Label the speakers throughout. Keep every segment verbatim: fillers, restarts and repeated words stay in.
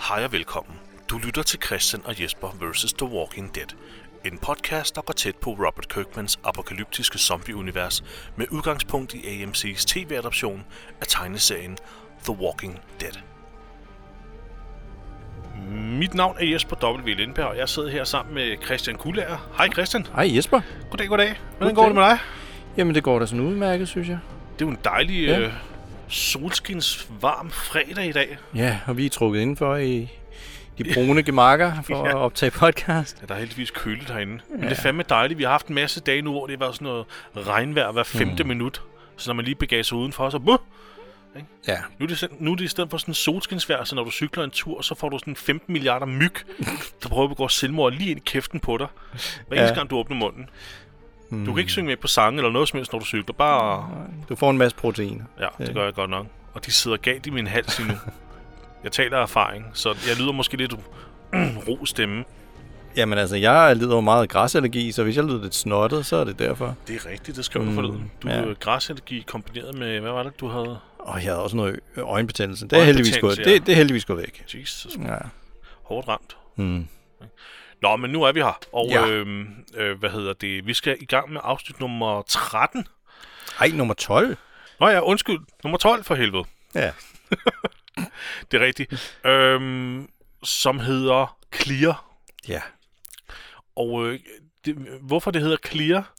Speaker 1: Hej og velkommen. Du lytter til Christian og Jesper versus. The Walking Dead. En podcast, der går tæt på Robert Kirkmans apokalyptiske zombie-univers med udgangspunkt i A M C's tv-adaption af tegneserien The Walking Dead. Mit navn er Jesper W. Lindberg, og jeg sidder her sammen med Christian Kullager. Hej Christian.
Speaker 2: Hej Jesper.
Speaker 1: Goddag, goddag. Hvordan går det med dig?
Speaker 2: Jamen det går da sådan udmærket, synes jeg.
Speaker 1: Det er jo en dejlig ja. øh, solskins varm fredag i dag.
Speaker 2: Ja, og vi er trukket indenfor i de brune gemakker for ja. at optage podcast.
Speaker 1: Ja, der er heldigvis køligt herinde. Ja. Men det er fandme dejligt. Vi har haft en masse dage nu, hvor det har været sådan noget regnvejr hver femte mm. minut. Så når man lige begav sig udenfor, så buh!
Speaker 2: Ja.
Speaker 1: Nu er, det, nu er det i stedet for sådan en solskinsvejr, så når du cykler en tur, så får du sådan femten milliarder myg, der prøver at begå selvmord lige ind i kæften på dig. Hver eneste ja. gang du åbner munden. Mm. Du kan ikke synge med på sange eller noget som helst, når du cykler. Bare...
Speaker 2: Du får en masse proteiner.
Speaker 1: Ja, det ja. gør jeg godt nok. Og de sidder galt i min hals endnu. Jeg taler af erfaring, så jeg lyder måske lidt ro stemme.
Speaker 2: Jamen altså, jeg lider jo meget græsallergi, så hvis jeg lyder lidt snottet, så er det derfor.
Speaker 1: Det er rigtigt, det skrev du mm, forleden. Du har ja. græsallergi kombineret med, hvad var det, du havde?
Speaker 2: Og jeg havde også noget øjenbetændelse. Det er heldigvis gået, ja. det, det er heldigvis gået væk.
Speaker 1: Jesus.
Speaker 2: Ja.
Speaker 1: Hårdt ramt.
Speaker 2: Mm.
Speaker 1: Nå, men nu er vi her. Og
Speaker 2: ja.
Speaker 1: øh, øh, hvad hedder det? Vi skal i gang med afsnit nummer tretten.
Speaker 2: Ej, nummer tolv?
Speaker 1: Nå ja, undskyld. Nummer tolv for helvede.
Speaker 2: Ja.
Speaker 1: Det er rigtigt. Øhm, som hedder Clear.
Speaker 2: Ja.
Speaker 1: Og øh, det, hvorfor det hedder Clear,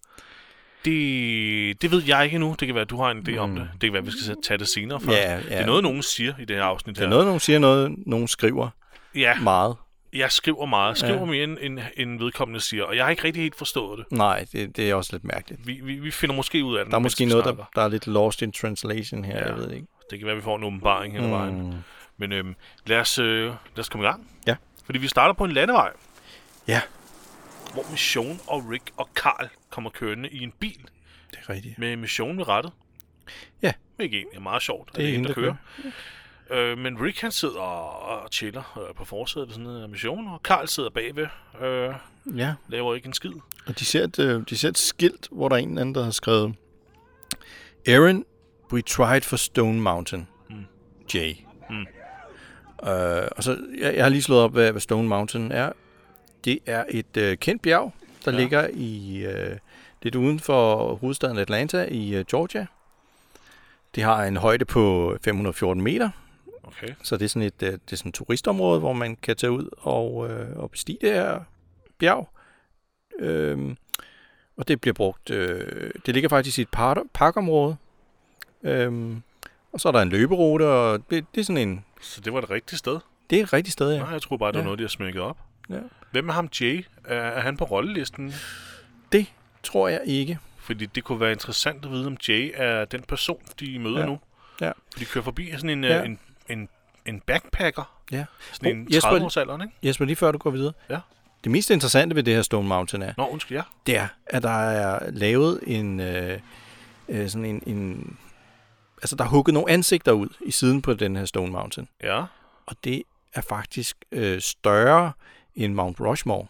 Speaker 1: det, det ved jeg ikke endnu. Det kan være, at du har en idé mm. om det. Det kan være, at vi skal tage det senere først.
Speaker 2: Ja, ja.
Speaker 1: Det er noget, nogen siger i det her afsnit.
Speaker 2: Det er
Speaker 1: her.
Speaker 2: noget, nogen siger, noget, nogen skriver
Speaker 1: ja.
Speaker 2: meget.
Speaker 1: Jeg skriver meget. Jeg skriver
Speaker 2: ja.
Speaker 1: mere, end, end, end vedkommende siger. Og jeg har ikke rigtig helt forstået det.
Speaker 2: Nej, det, det er også lidt mærkeligt.
Speaker 1: Vi, vi, vi finder måske ud af det.
Speaker 2: Der er måske noget, der, der er lidt lost in translation her. Ja. Jeg ved ikke.
Speaker 1: Det kan være, at vi får en åbenbaring hen ad vejen. Mm. Men øhm, lad, os, øh, lad os komme i gang.
Speaker 2: Ja.
Speaker 1: Fordi vi starter på en landevej.
Speaker 2: Ja.
Speaker 1: Hvor Mission og Rick og Carl kommer kørende i en bil.
Speaker 2: Det er rigtigt.
Speaker 1: Med Mission ved rattet.
Speaker 2: Ja.
Speaker 1: Hvilket egentlig er meget sjovt.
Speaker 2: Det er, det er en, der kører.
Speaker 1: kører. Øh, men Rick han sidder og chiller øh, på forsædet ved sådan en Mission. Og Carl sidder bagved. Øh,
Speaker 2: ja.
Speaker 1: Laver ikke en skid. Og
Speaker 2: de ser, et, øh, de ser et skilt, hvor der er en eller anden, der har skrevet Aaron, we tried for Stone Mountain. Mm. Jay. Mm. Øh, og så, jeg, jeg har lige slået op, hvad, hvad Stone Mountain er. Det er et øh, kendt bjerg, der ja. ligger i øh, lidt uden for hovedstaden Atlanta i øh, Georgia. Det har en højde på fem hundrede og fjorten meter.
Speaker 1: Okay.
Speaker 2: Så det er sådan et, øh, det er sådan et turistområde, hvor man kan tage ud og, øh, og bestige det her bjerg. Øh, og det bliver brugt... Øh, det ligger faktisk i et par, parkområde. Øh, og så er der en løberute, og det, det er sådan en...
Speaker 1: Så det var et rigtigt sted?
Speaker 2: Det er et rigtigt sted, ja.
Speaker 1: Nej, jeg tror bare, det var ja. noget, de har smækket op.
Speaker 2: Ja.
Speaker 1: Hvem er ham Jay? Er, er han på rollelisten?
Speaker 2: Det tror jeg ikke.
Speaker 1: Fordi det kunne være interessant at vide, om Jay er den person, de møder
Speaker 2: ja.
Speaker 1: nu.
Speaker 2: Ja.
Speaker 1: De kører forbi sådan en,
Speaker 2: ja.
Speaker 1: en, en, en backpacker.
Speaker 2: Ja.
Speaker 1: Sådan oh, en tredive-årsalderen, ikke?
Speaker 2: Jesper, lige før du går videre.
Speaker 1: Ja.
Speaker 2: Det mest interessante ved det her Stone Mountain er...
Speaker 1: Nå, undskyld, ja.
Speaker 2: Det er, at der er lavet en... Øh, øh, sådan en, en... Altså, der er hugget nogle ansigter ud i siden på den her Stone Mountain.
Speaker 1: Ja.
Speaker 2: Og det er faktisk øh, større end Mount Rushmore.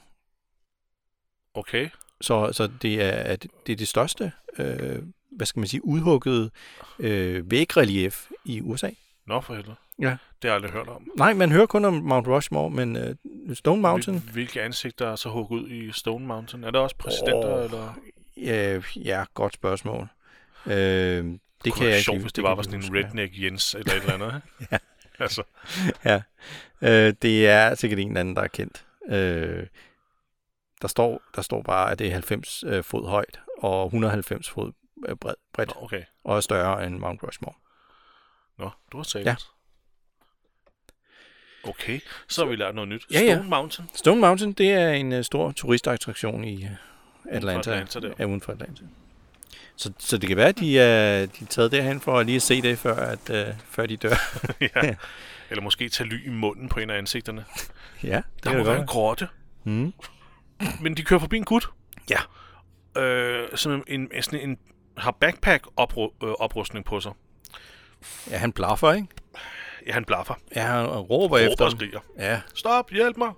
Speaker 1: Okay.
Speaker 2: Så, så det, er, det er det største, øh, hvad skal man sige, udhuggede øh, vægrelief i U S A.
Speaker 1: Nå, for helvede.
Speaker 2: Ja.
Speaker 1: Det har jeg aldrig hørt om.
Speaker 2: Nej, man hører kun om Mount Rushmore, men øh, Stone Mountain...
Speaker 1: Hvil, hvilke ansigter er så hugget ud i Stone Mountain? Er der også præsidenter, oh, eller...?
Speaker 2: Ja, ja, godt spørgsmål. Øh, det det kan jeg ikke...
Speaker 1: Sjovt, hvis det, det var sådan en redneck Jens, eller et eller andet.
Speaker 2: Ja.
Speaker 1: Altså.
Speaker 2: Ja, øh, det er sikkert en eller anden, der er kendt. Øh, der, står, der står bare, at det er halvfems øh, fod højt, og et hundrede og halvfems fod øh, bred, bredt,
Speaker 1: Nå, okay.
Speaker 2: og er større end Mount Rushmore.
Speaker 1: Nå, du har sagt.
Speaker 2: Ja.
Speaker 1: Okay, så har vi lært noget nyt.
Speaker 2: Ja,
Speaker 1: Stone
Speaker 2: ja.
Speaker 1: Mountain?
Speaker 2: Stone Mountain, det er en uh, stor turistattraktion i uh, Atlanta.
Speaker 1: Atlanta der.
Speaker 2: Ja, uden for Atlanta. Så, så det kan være, at de er, de er taget derhen for at lige se det, før, at, uh, før de dør.
Speaker 1: Ja. Eller måske tage ly i munden på en af ansigterne.
Speaker 2: Ja, det
Speaker 1: der må være en grotte.
Speaker 2: Mm.
Speaker 1: Men de kører forbi en gut.
Speaker 2: Ja.
Speaker 1: Øh, som en, en, sådan en har backpack-oprustning på sig.
Speaker 2: Ja, han blaffer, ikke?
Speaker 1: Ja, han blaffer.
Speaker 2: Ja, han råber,
Speaker 1: råber
Speaker 2: efter
Speaker 1: og skriger.
Speaker 2: Ja.
Speaker 1: Stop, hjælp mig.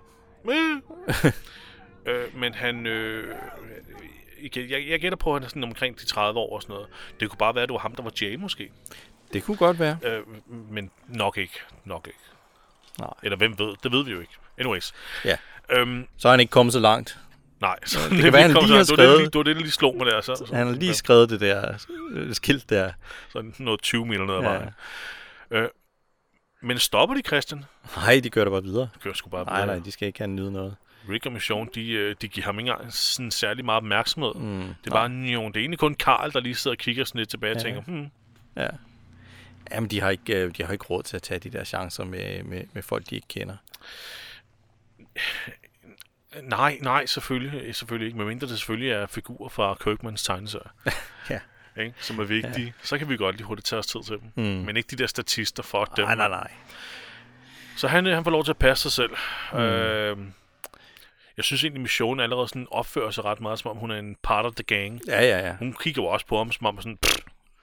Speaker 1: øh, men han... Øh, jeg, jeg gætter på, at han er sådan omkring de tredive år og sådan noget. Det kunne bare være, at det var ham, der var Jay måske.
Speaker 2: Det kunne godt være.
Speaker 1: Øh, men nok ikke. Nok ikke.
Speaker 2: Nej.
Speaker 1: Eller hvem ved? Det ved vi jo ikke. Anyways.
Speaker 2: Ja.
Speaker 1: Øhm,
Speaker 2: så er han ikke kommet så langt.
Speaker 1: Nej. Så
Speaker 2: det kan være, han lige har skrevet...
Speaker 1: Det var det, der lige slog mig der. Så, så,
Speaker 2: han har lige skrevet det der øh, skilt der.
Speaker 1: Sådan noget tyve meter ned ad vejen. Ja. Øh, men stopper de, Christian?
Speaker 2: Nej, de kører da bare videre.
Speaker 1: De kører sgu bare
Speaker 2: nej,
Speaker 1: videre.
Speaker 2: nej, de skal ikke have nyde noget.
Speaker 1: Rick og Michonne, de, de giver ham ikke engang sådan særlig meget opmærksomhed.
Speaker 2: Mm,
Speaker 1: det er bare, jo, det er egentlig kun Carl, der lige sidder og kigger sådan lidt tilbage og ja. tænker, hmm.
Speaker 2: Ja. Jamen, de har, ikke, de har ikke råd til at tage de der chancer med, med, med folk, de ikke kender.
Speaker 1: Nej, nej, selvfølgelig, selvfølgelig ikke. Medmindre det selvfølgelig er figurer fra Kirkmans tegneserier.
Speaker 2: ja.
Speaker 1: Ikke? Som er vigtige. Ja. Så kan vi godt lige hurtigt tage os tid til dem.
Speaker 2: Mm.
Speaker 1: Men ikke de der statister, fuck dem.
Speaker 2: Nej, nej, nej.
Speaker 1: Så han, han får lov til at passe sig selv. Mm. Øh, jeg synes egentlig, Michonne allerede sådan opfører sig ret meget, som om hun er en part of the gang.
Speaker 2: Ja, ja, ja.
Speaker 1: Hun kigger jo også på ham, som om sådan... Pff,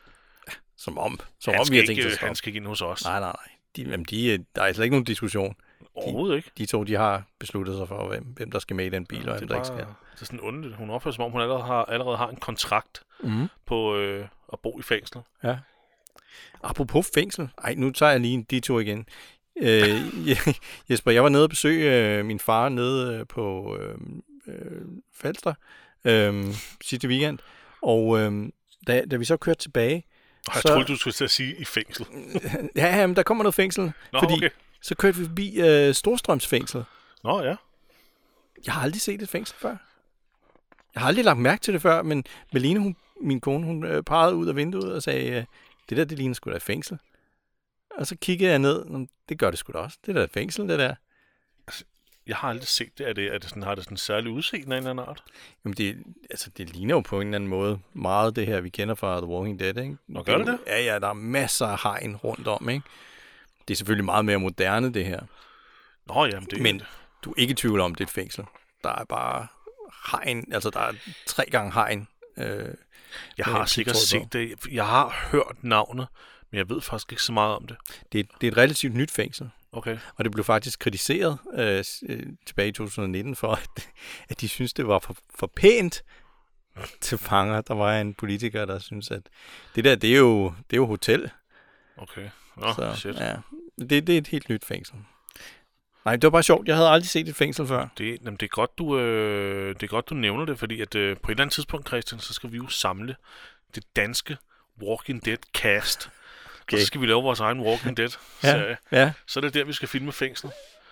Speaker 2: som om, som
Speaker 1: han
Speaker 2: om vi har tænkt
Speaker 1: ikke,
Speaker 2: os
Speaker 1: han skal ikke ind hos os.
Speaker 2: Nej, nej, nej. De, jamen, de, der er slet ikke nogen diskussion.
Speaker 1: Overhovedet ikke.
Speaker 2: De to, de har besluttet sig for, hvem, hvem der skal med i den bil, ja, og hvem der ikke skal.
Speaker 1: Det er sådan underligt. Hun opfører sig, som om hun allerede har, allerede har en kontrakt mm. på øh, at bo i fængslet.
Speaker 2: Ja. Apropos fængsel. Ej, nu tager jeg lige de to igen. Øh, Jesper, jeg var nede og besøge øh, min far nede øh, på øh, øh, Falster øh, sidste weekend, og øh, da, da vi så kørte tilbage...
Speaker 1: Jeg
Speaker 2: så,
Speaker 1: troede, du skulle til at sige i fængsel.
Speaker 2: ja, jamen, der kommer noget fængsel,
Speaker 1: Nå,
Speaker 2: fordi
Speaker 1: okay.
Speaker 2: så kørte vi forbi øh, Storstrømsfængslet.
Speaker 1: Nå, ja.
Speaker 2: Jeg har aldrig set et fængsel før. Jeg har aldrig lagt mærke til det før, men Melina, hun, min kone, hun øh, pegede ud af vinduet og sagde, øh, det der, det ligner sgu da et fængsel. Og så kiggede jeg ned, det gør det sgu da også. Det er da et fængsel, det der.
Speaker 1: Altså, jeg har aldrig set det. Er det, er det sådan, har det sådan en særlig udseende af en eller anden art?
Speaker 2: Jamen, det, altså, det ligner jo på en eller anden måde meget det her, vi kender fra The Walking Dead, ikke?
Speaker 1: Nå, gør det det?
Speaker 2: Ja, ja, der er masser af hegn rundt om, ikke? Det er selvfølgelig meget mere moderne, det her.
Speaker 1: Nå, jamen det
Speaker 2: Men du er ikke i tvivl om, det er et fængsel. Der er bare hegn, altså der er tre gange hegn. Øh,
Speaker 1: jeg har sikkert set det. Jeg har hørt navnet, men jeg ved faktisk ikke så meget om det.
Speaker 2: Det er, det er et relativt nyt fængsel.
Speaker 1: Okay.
Speaker 2: Og det blev faktisk kritiseret øh, tilbage i to tusind nitten for, at, at de synes det var for, for pænt til fanger. Der var en politiker, der synes at det der, det er jo, det er jo hotel.
Speaker 1: Okay. Nå,
Speaker 2: så,
Speaker 1: shit.
Speaker 2: Ja, det, det er et helt nyt fængsel. Nej, det var bare sjovt. Jeg havde aldrig set et fængsel før.
Speaker 1: Det, jamen, det, er, godt, du, øh, det er godt, du nævner det, fordi at, øh, på et eller andet tidspunkt, Christian, så skal vi jo samle det danske Walking Dead cast. Okay. Og så skal vi lave vores egen Walking Dead-serie.
Speaker 2: Ja, ja.
Speaker 1: Så er det der, vi skal filme fængslet.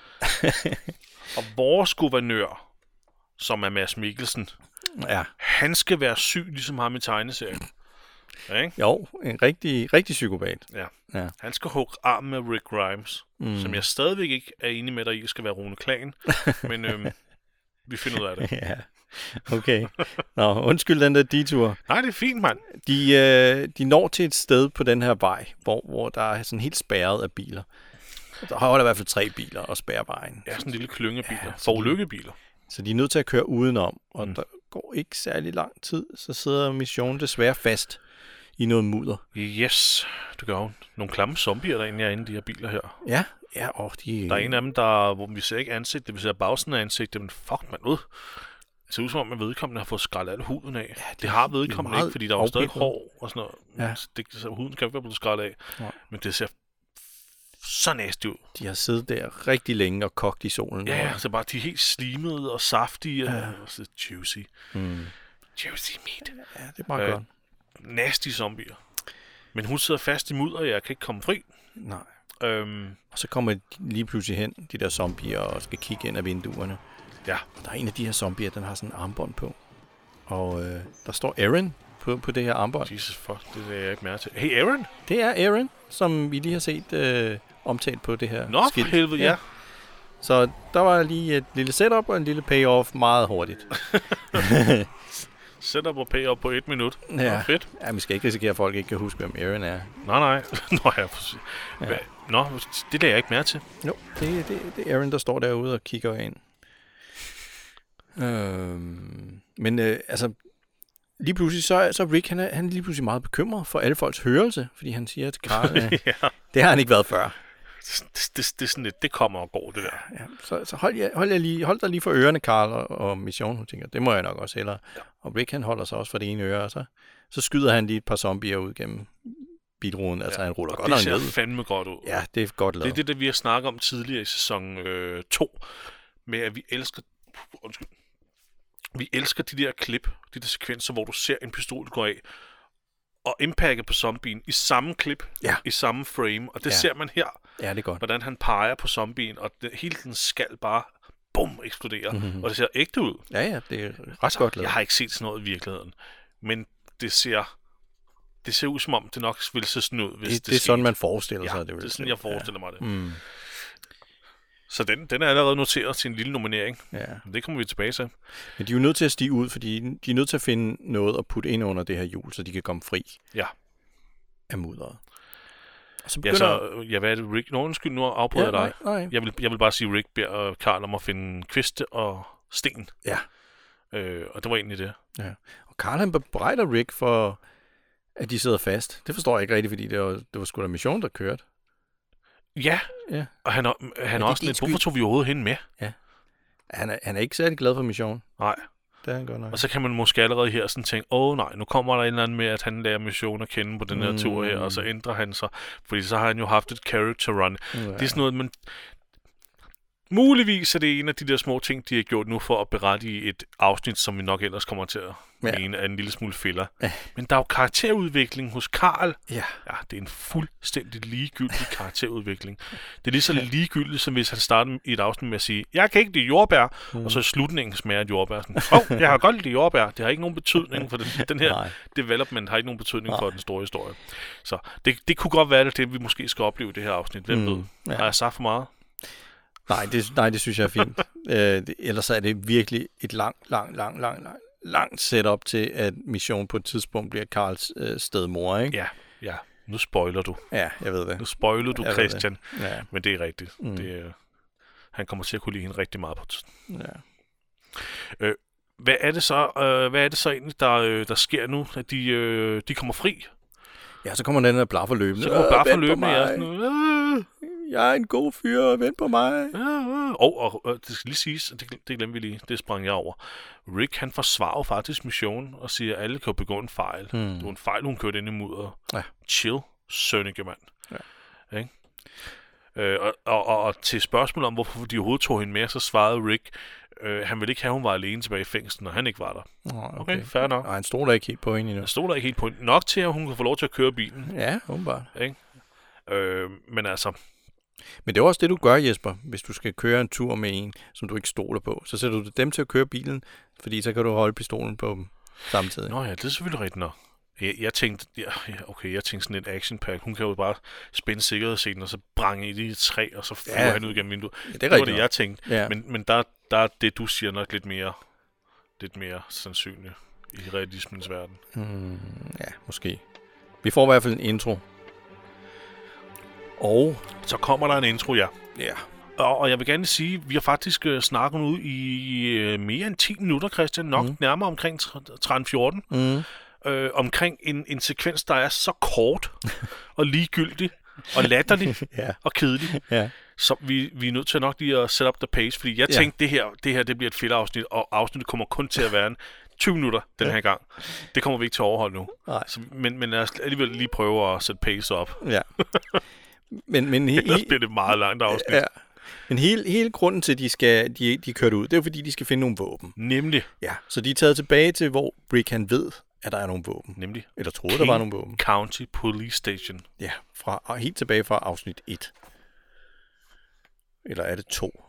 Speaker 1: Og vores guvernør, som er Mads Mikkelsen,
Speaker 2: ja.
Speaker 1: han skal være syg, ligesom ham i tegneserien. Ja, ikke?
Speaker 2: Jo, en rigtig, rigtig psykopat.
Speaker 1: Ja.
Speaker 2: ja.
Speaker 1: Han skal hugge arm med Rick Grimes, mm. som jeg stadigvæk ikke er enig med dig i, skal være Rune Klan. Men øhm, vi finder ud af det.
Speaker 2: Ja, okay. Nå, undskyld den der detur.
Speaker 1: Nej, det er fint, mand.
Speaker 2: De, øh, de når til et sted på den her vej, hvor, hvor der er sådan helt spærret af biler. Der har i hvert fald tre biler og spærre vejen.
Speaker 1: Ja, sådan en lille klyngebiler. Ja, Forlykkebiler.
Speaker 2: Så de er nødt til at køre udenom, og mm. der går ikke særlig lang tid, så sidder Michonne desværre fast i noget mudder.
Speaker 1: Yes, det gør hun. Nogle klamme zombier, der egentlig er inde i de her biler her.
Speaker 2: Ja, ja, og de...
Speaker 1: Der er en af dem, der, hvor vi ser ikke ansigtet, vi ser bagsiden af ansigtet, men fuck, man ud. Det ser ud som om, at vedkommende har fået skrællet al huden af. Ja, det, det har vedkommende ikke, fordi der var stadig hår og sådan noget. Ja. Det, så huden kan ikke være blevet skrællet af. Ja. Men det ser så næste ud.
Speaker 2: De har siddet der rigtig længe og kogt i solen.
Speaker 1: Ja, ja, så bare de er helt slimede og saftige ja. og så juicy. Mm. Juicy meat.
Speaker 2: Ja, det er meget øh, godt.
Speaker 1: Nasty zombier. Men hun sidder fast i mudder, og jeg kan ikke komme fri.
Speaker 2: Nej.
Speaker 1: Øhm,
Speaker 2: og så kommer de lige pludselig hen, de der zombier, og skal kigge ind ad vinduerne.
Speaker 1: Ja.
Speaker 2: Og der er en af de her zombier, den har sådan en armbånd på. Og øh, der står Aaron på, på det her armbånd.
Speaker 1: Jesus fuck, det er jeg ikke mere til. Hey Aaron?
Speaker 2: Det er Aaron, som vi lige har set øh, omtalt på det her
Speaker 1: Nå,
Speaker 2: skilt.
Speaker 1: for helvede, ja. ja.
Speaker 2: Så der var lige et lille setup og en lille payoff meget hurtigt.
Speaker 1: Setup og payoff på et minut.
Speaker 2: Ja.
Speaker 1: Nå, fedt.
Speaker 2: Ja, vi skal ikke risikere, at folk ikke kan huske, hvem Aaron er.
Speaker 1: Nej, nej. Nå, ja, ja. Nå, det lader jeg ikke mere til.
Speaker 2: Jo, det, det, det er Aaron, der står derude og kigger ind. Øhm, men øh, altså, lige pludselig, så, så Rick, han er, han er lige pludselig meget bekymret for alle folks hørelse, fordi han siger til Carl, øh, ja. det har han ikke været før.
Speaker 1: Det, det, det, det, er sådan lidt, det kommer og går, det der.
Speaker 2: Ja, så så hold, jeg, hold, jeg lige, hold dig lige for ørerne, Carl, og, og Mission, hun tænker, det må jeg nok også hellere. Ja. Og Rick, han holder sig også for det ene øre, og så, så skyder han lige et par zombier ud gennem bilruden. Altså,
Speaker 1: ja.
Speaker 2: han ruller
Speaker 1: og
Speaker 2: godt nok ned.
Speaker 1: det ser fandme godt ud.
Speaker 2: Ja, det er godt lavet.
Speaker 1: Det er det, der vi har snakket om tidligere i sæson to, med at vi elsker... Undskyld. Vi elsker de der klip, de der sekvenser, hvor du ser en pistol gå af, og impactet på zombien i samme klip,
Speaker 2: ja.
Speaker 1: i samme frame. Og det
Speaker 2: ja.
Speaker 1: ser man her,
Speaker 2: ja, det er godt.
Speaker 1: hvordan han peger på zombien, og det, hele den skal bare, bum, eksplodere. Mm-hmm. Og det ser ægte ud.
Speaker 2: Ja, ja, det er ret godt lavet.
Speaker 1: Jeg har ikke set sådan noget i virkeligheden, men det ser... Det ser ud som om, det nok ville se sådan ud, hvis det,
Speaker 2: det, det er sådan, man forestiller
Speaker 1: ja,
Speaker 2: sig.
Speaker 1: Det,
Speaker 2: det,
Speaker 1: det er sådan, jeg forestiller ja. mig det.
Speaker 2: Mm.
Speaker 1: Så den, den er allerede noteret til en lille nominering.
Speaker 2: Ja.
Speaker 1: Det kommer vi tilbage til.
Speaker 2: Men de er jo nødt til at stige ud, fordi de er nødt til at finde noget at putte ind under det her hjul, så de kan komme fri
Speaker 1: ja.
Speaker 2: af mudderet.
Speaker 1: Så begynder... Ja, så, ja, hvad er det, Rick? Nå, undskyld, nu afbryder jeg
Speaker 2: ja,
Speaker 1: dig.
Speaker 2: Nej, nej.
Speaker 1: Jeg, vil, jeg vil bare sige, at Rick beder Carl om at finde kviste og sten.
Speaker 2: Ja.
Speaker 1: Øh, og det var egentlig det.
Speaker 2: Ja. Og Carl, han bebrejder Rick for, at de sidder fast. Det forstår jeg ikke rigtigt, fordi det var, det var sgu da mission, der kørte.
Speaker 1: Ja, ja. Og han, han er også lidt, hvorfor tog vi overhovedet hende med?
Speaker 2: Ja. Han er, han er ikke særlig glad for mission.
Speaker 1: Nej.
Speaker 2: Det er han godt nok.
Speaker 1: Og så kan man måske allerede her sådan tænke, åh nej, nu kommer der en eller anden med, at han lærer mission at kende på den her mm. tur her, og så ændrer han sig. Fordi så har han jo haft et character run. Ja. Det er sådan noget, man... Muligvis er det en af de der små ting, de har gjort nu for at berette i et afsnit, som vi nok ellers kommer til at ja. mene er en lille smule filler. Ja. Men der er jo karakterudvikling hos Carl.
Speaker 2: Ja.
Speaker 1: Ja, det er en fuldstændig ligegyldig karakterudvikling. Det er lige så ligegyldigt, som hvis han starter i et afsnit med at sige, jeg kan ikke lide jordbær, mm. og så i slutningen smager et jordbær. Åh, oh, jeg har godt lide jordbær. Det har ikke nogen betydning for den, den her Nej. development, har ikke nogen betydning Nej. for den store historie. Så det, det kunne godt være det, det vi måske skal opleve i det her afsnit. Hvem mm. ved? Ja. Har jeg sagt for meget?
Speaker 2: Nej, det, nej, det synes jeg er fint. øh, det, ellers er det virkelig et langt, langt, langt, langt, langt, langt setup til, at mission på et tidspunkt bliver Carls øh, stedmor, ikke?
Speaker 1: Ja, ja. Nu spoiler du.
Speaker 2: Ja, jeg ved det.
Speaker 1: Nu spoiler du, jeg Christian.
Speaker 2: Ja.
Speaker 1: Men det er rigtigt. Mm. Det, øh, han kommer til at kunne lide hende rigtig meget på tiden.
Speaker 2: Ja.
Speaker 1: Øh, hvad er det så, øh, hvad er det så egentlig, der, øh, der sker nu, at de, øh, de kommer fri?
Speaker 2: Ja, så kommer den der blaffer løbende.
Speaker 1: Så kommer blaffer løbende, ja. Sådan, øh,
Speaker 2: jeg er en god fyr, vent på mig.
Speaker 1: Ja, ja. Og, og, og det skal lige siges, det, det glemte vi lige, det sprang jeg over. Rick, han forsvarer faktisk missionen og siger, at alle kan begå en fejl. Hmm. Det var en fejl, hun kørte ind i mudder. Ja. Chill, sønneke mand. Ja. Ikke? Øh, og, og, og, og til spørgsmålet om, hvorfor de overhovedet tog hende med, så svarede Rick, øh, han ville ikke have, at hun var alene tilbage i fængslet, når han ikke var der.
Speaker 2: Oh, okay.
Speaker 1: okay, fair nok.
Speaker 2: Nej, han stoler ikke helt på hende endnu.
Speaker 1: Han stoler ikke helt på hende. Nok til, at hun kan få lov til at køre bilen.
Speaker 2: Ja, åbenbart.
Speaker 1: Ikke? Øh, men altså...
Speaker 2: Men det er også det, du gør, Jesper, hvis du skal køre en tur med en, som du ikke stoler på. Så sætter du dem til at køre bilen, fordi så kan du holde pistolen på dem samtidig.
Speaker 1: Nå ja, det er selvfølgelig rigtigt nok. Jeg, jeg tænkte, ja, okay, jeg tænkte sådan et action-pack. Hun kan jo bare spænde sikkerhedsselen, og så brange i det træ, og så flyver ja. han ud gennem vinduet. Ja, det, det var det, jeg tænkte. Ja. Men, men der, der er det, du siger nok lidt mere, lidt mere sandsynligt i realismens verden.
Speaker 2: Hmm, ja, måske. Vi får i hvert fald en intro. Og
Speaker 1: så kommer der en intro, ja.
Speaker 2: Ja.
Speaker 1: Og, og jeg vil gerne sige, at vi har faktisk uh, snakket ud i uh, mere end ti minutter, Christian. Nok mm. nærmere omkring tretten fjorten. Mm. Øh, omkring en, en sekvens, der er så kort og ligegyldig og latterlig ja. og kedelig. Ja. Så vi, vi er nødt til nok lige at set up the pace, fordi jeg ja. tænkte, det her, det her det bliver et filler-afsnit, og afsnittet kommer kun til at være en tyve minutter den her gang. Det kommer vi ikke til at overholde nu. Så, men, men lad os alligevel lige prøve at sætte pace op. Ja. Men, men he- ellers bliver det meget langt afsnit. Ja.
Speaker 2: Men hele, hele grunden til, at de, skal, de, de er kørt ud, det er fordi, de skal finde nogle våben.
Speaker 1: Nemlig.
Speaker 2: Ja, så de er taget tilbage til, hvor Rick han ved, at der er nogle våben.
Speaker 1: Nemlig.
Speaker 2: Eller troede, King der var nogle våben.
Speaker 1: County Police Station.
Speaker 2: Ja, fra, helt tilbage fra afsnit et. Eller er det to?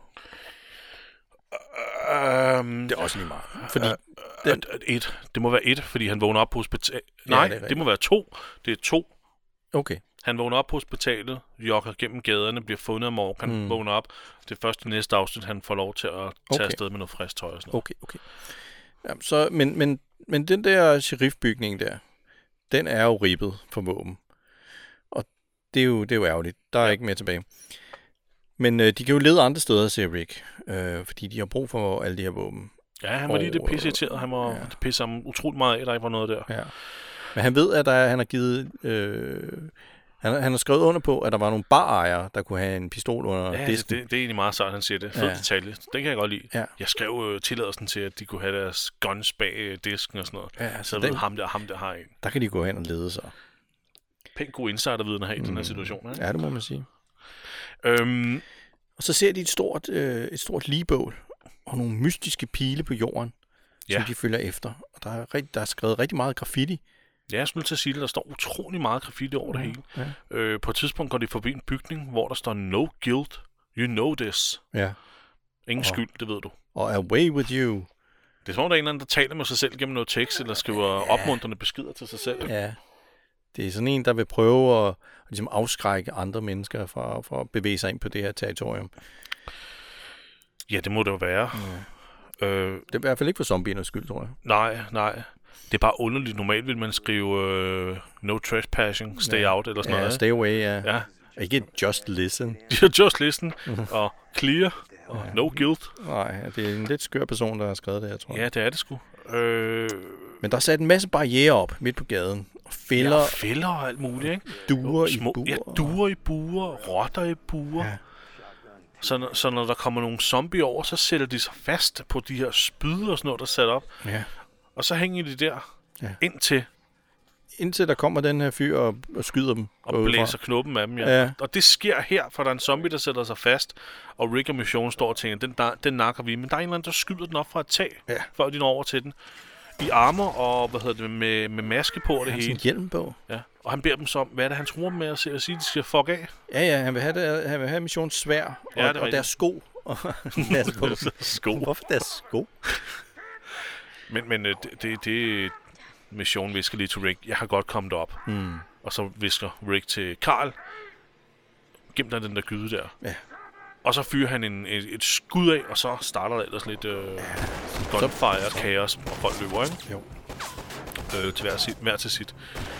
Speaker 1: Um,
Speaker 2: det er også lige meget. Fordi
Speaker 1: uh, den... et. Det må være et, fordi han vågner op på hospitalet. Nej, ja, det, det må være to. Det er to.
Speaker 2: Okay.
Speaker 1: Han vågner op på hospitalet, jogger gennem gaderne, bliver fundet af Morgan, mm. vågner op. Det er først det næste afsnit, han får lov til at tage okay. afsted med noget frisk tøj og sådan noget.
Speaker 2: Okay, okay. Ja, så, men, men, men den der sheriffbygning der, den er jo ribbet for våben. Og det er jo, det er jo ærgerligt. Der er ja. ikke mere tilbage. Men øh, de kan jo lede andre steder, siger Rick. Øh, fordi de har brug for alle de her våben.
Speaker 1: Ja, han var og, lige det pisse irriteret. Han var ja. det pisse ham utroligt meget af, der ikke var noget der.
Speaker 2: Ja. Men han ved, at der er, han har givet... Øh, Han, han har skrevet under på, at der var nogle barejere, der kunne have en pistol under
Speaker 1: ja,
Speaker 2: disken.
Speaker 1: Det, det er egentlig meget sejt, han siger det. Fed ja. detalje. Den kan jeg godt lide. Ja. Jeg skrev øh, tilladelsen til, at de kunne have deres guns bag øh, disken og sådan noget. Ja, så jeg ved, ham der ham der har en.
Speaker 2: Der kan de gå hen og lede sig.
Speaker 1: pænt god insiderviden at have i mm. den her situation. Ikke?
Speaker 2: Ja, det må man sige.
Speaker 1: Øhm,
Speaker 2: og så ser de et stort, øh, et stort ligbål og nogle mystiske pile på jorden, ja. som de følger efter. Og der er, rigt, der er skrevet rigtig meget graffiti.
Speaker 1: Ja, jeg skulle til at sige det. Der står utrolig meget graffiti over ja. det hele. Ja. Øh, på et tidspunkt går de forbi en bygning, hvor der står no guilt, you know this.
Speaker 2: Ja.
Speaker 1: Ingen
Speaker 2: og,
Speaker 1: skyld, det ved du.
Speaker 2: Og away with you.
Speaker 1: Det er som om, der er en eller anden, der taler med sig selv gennem noget tekst, eller skriver ja. opmuntrende beskeder til sig selv.
Speaker 2: Ja. Det er sådan en, der vil prøve at, at ligesom afskrække andre mennesker fra, fra at bevæge sig ind på det her territorium.
Speaker 1: Ja, det må det jo være.
Speaker 2: Ja. Øh, det er i hvert fald ikke for zombiernes skyld, tror jeg.
Speaker 1: Nej, nej. Det er bare underligt. Normalt vil man skrive uh, no trespassing, stay ja. out, eller sådan
Speaker 2: ja,
Speaker 1: noget.
Speaker 2: Stay away, ja.
Speaker 1: ja.
Speaker 2: Ikke just listen.
Speaker 1: Just listen, og clear, og ja. no guilt.
Speaker 2: Nej, det er en lidt skør person, der har skrevet det her, tror jeg.
Speaker 1: Ja, det er det sgu. Øh...
Speaker 2: Men der er sat en masse barrierer op midt på gaden. Og fælder,
Speaker 1: ja, fælder og alt muligt, ikke?
Speaker 2: Duer i buer.
Speaker 1: Ja, duer i buer, rotter i buer. Ja. Så, så når der kommer nogle zombier over, så sætter de sig fast på de her spyd og sådan noget, der er sat op.
Speaker 2: Ja.
Speaker 1: Og så hænger de der ja. indtil...
Speaker 2: Indtil der kommer den her fyr og, og skyder dem.
Speaker 1: Og blæser knoppen af dem, ja. ja. Og det sker her, for der er en zombie, der sætter sig fast. Og Rick og Mission står og tænker, den, der, den nakker vi. Men der er en eller anden, der skyder den op fra et tag, ja. før de når over til den. I armor og, hvad hedder det, med, med maske på og det hele.
Speaker 2: Han har sin hjelm på.
Speaker 1: Ja. Og han beder dem så om, hvad er det, han tror med at sige, at de skal fuck af?
Speaker 2: Ja, ja, han vil have, det, han vil have Missions svær og, ja, og deres sko. Og deres
Speaker 1: sko.
Speaker 2: Hvorfor deres sko?
Speaker 1: men men det, det, det Mission visker lige til Rick, jeg har godt kommet op.
Speaker 2: Mm.
Speaker 1: Og så visker Rick til Carl, gem dig den der gyde der.
Speaker 2: Ja.
Speaker 1: Og så fyrer han en, et, et skud af, og så starter der ellers lidt øh, ja. gunfire, så, kaos, og folk løber, ikke?
Speaker 2: Jo.
Speaker 1: Øh, til hver, sit, hver til sit.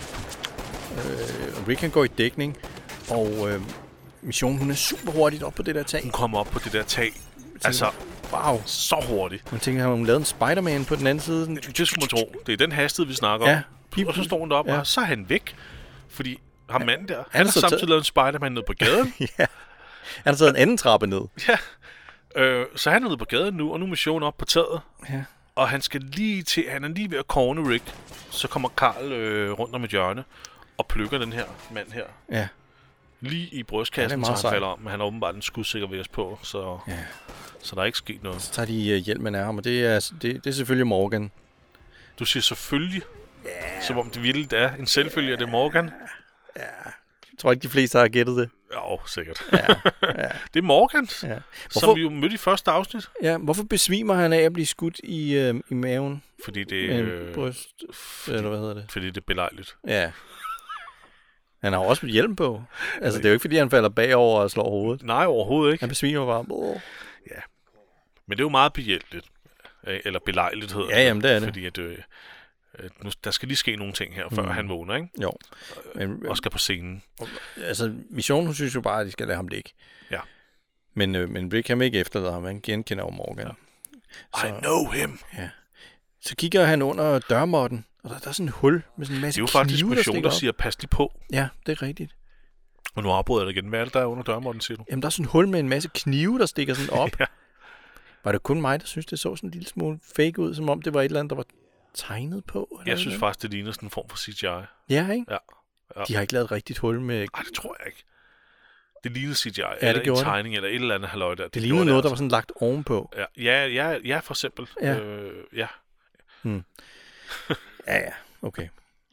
Speaker 2: Øh, Rick kan gå i dækning, og øh, Mission, hun er super hurtigt op på det der tag.
Speaker 1: Hun kommer op på det der tag. Altså, wow, så hurtigt.
Speaker 2: Man tænker, har hun lavet en Spider-Man på den anden side?
Speaker 1: Det, det skulle man tro. Det er den hastighed, vi snakker
Speaker 2: ja.
Speaker 1: om. Og så står hun deroppe, ja. og så er han væk. Fordi ham ja. manden der, han, han har samtidig t- lavet en Spider-Man ned på gaden.
Speaker 2: ja. Han har taget en anden trappe ned.
Speaker 1: Ja. Øh, så han er nede på gaden nu, og nu er Mission op på taget.
Speaker 2: Ja.
Speaker 1: Og han skal lige til, han er lige ved at corne Rick. Så kommer Carl øh, rundt om et hjørne og plukker den her mand her.
Speaker 2: Ja.
Speaker 1: Lige i brystkassen, ja, så han sej. falder om. Men han har åbenbart en skudsikker væs på, så,
Speaker 2: ja.
Speaker 1: så der er ikke sket noget.
Speaker 2: Så tager de uh, hjelmen af ham, og det er, det, det er selvfølgelig Morgan.
Speaker 1: Du siger selvfølgelig, yeah. som om det vildt er en selvfølge, at det er Morgan.
Speaker 2: Ja, jeg tror ikke, de fleste har gættet det.
Speaker 1: Jo, sikkert.
Speaker 2: Ja, ja.
Speaker 1: Det er Morgan, ja.
Speaker 2: Hvorfor,
Speaker 1: som vi jo mødte i første afsnit.
Speaker 2: Ja, hvorfor besvimer han af at blive skudt i, øh, i maven?
Speaker 1: Fordi det er... Øh,
Speaker 2: bryst, fordi, eller hvad hedder det?
Speaker 1: Fordi det er belejligt.
Speaker 2: Ja. Han har også med hjelm på. Altså, det er jo ikke, fordi han falder bagover og slår hovedet.
Speaker 1: Nej, overhovedet ikke.
Speaker 2: Han besvimer bare. Oh.
Speaker 1: Ja. Men det er jo meget behjælpeligt. Eller belejligt hedder
Speaker 2: ja, jamen, det er det.
Speaker 1: Fordi at, øh, nu, der skal lige ske nogle ting her, før mm. han vågner, ikke?
Speaker 2: Jo.
Speaker 1: Men, og skal på scenen.
Speaker 2: Altså, missionen synes jo bare, at de skal lade ham ligge.
Speaker 1: Ja.
Speaker 2: Men, øh, men Rick kan ikke efterlade ham. Han genkender jo Morgan. Ja.
Speaker 1: Så, I know him.
Speaker 2: Ja. Så kigger han under dørmåtten, og der, der er sådan et hul med sådan en masse knive, der stikker op. Det er jo faktisk Mission,
Speaker 1: der siger, pas lige på.
Speaker 2: Ja, det er rigtigt.
Speaker 1: Og nu afbryder jeg dig igen. Hvad er det, der er under dørmåtten, siger du?
Speaker 2: Jamen, der er sådan et hul med en masse knive, der stikker sådan op. ja. Var det kun mig, der synes, det så sådan en lille smule fake ud, som om det var et eller andet, der var tegnet på?
Speaker 1: Eller jeg synes faktisk, det ligner sådan en form for C G I.
Speaker 2: Ja, ikke?
Speaker 1: Ja. ja.
Speaker 2: De har ikke lavet et rigtigt hul med...
Speaker 1: Nej, det tror jeg ikke. Det lignede C G I, ja,
Speaker 2: eller
Speaker 1: en tegning, det. Eller et eller andet halløj der.
Speaker 2: Det, det lignede noget, altså. Der var sådan lagt ovenpå.
Speaker 1: Ja, ja, ja, ja for eksempel.
Speaker 2: Ja.
Speaker 1: Øh, ja.
Speaker 2: Hmm. ja, ja, okay.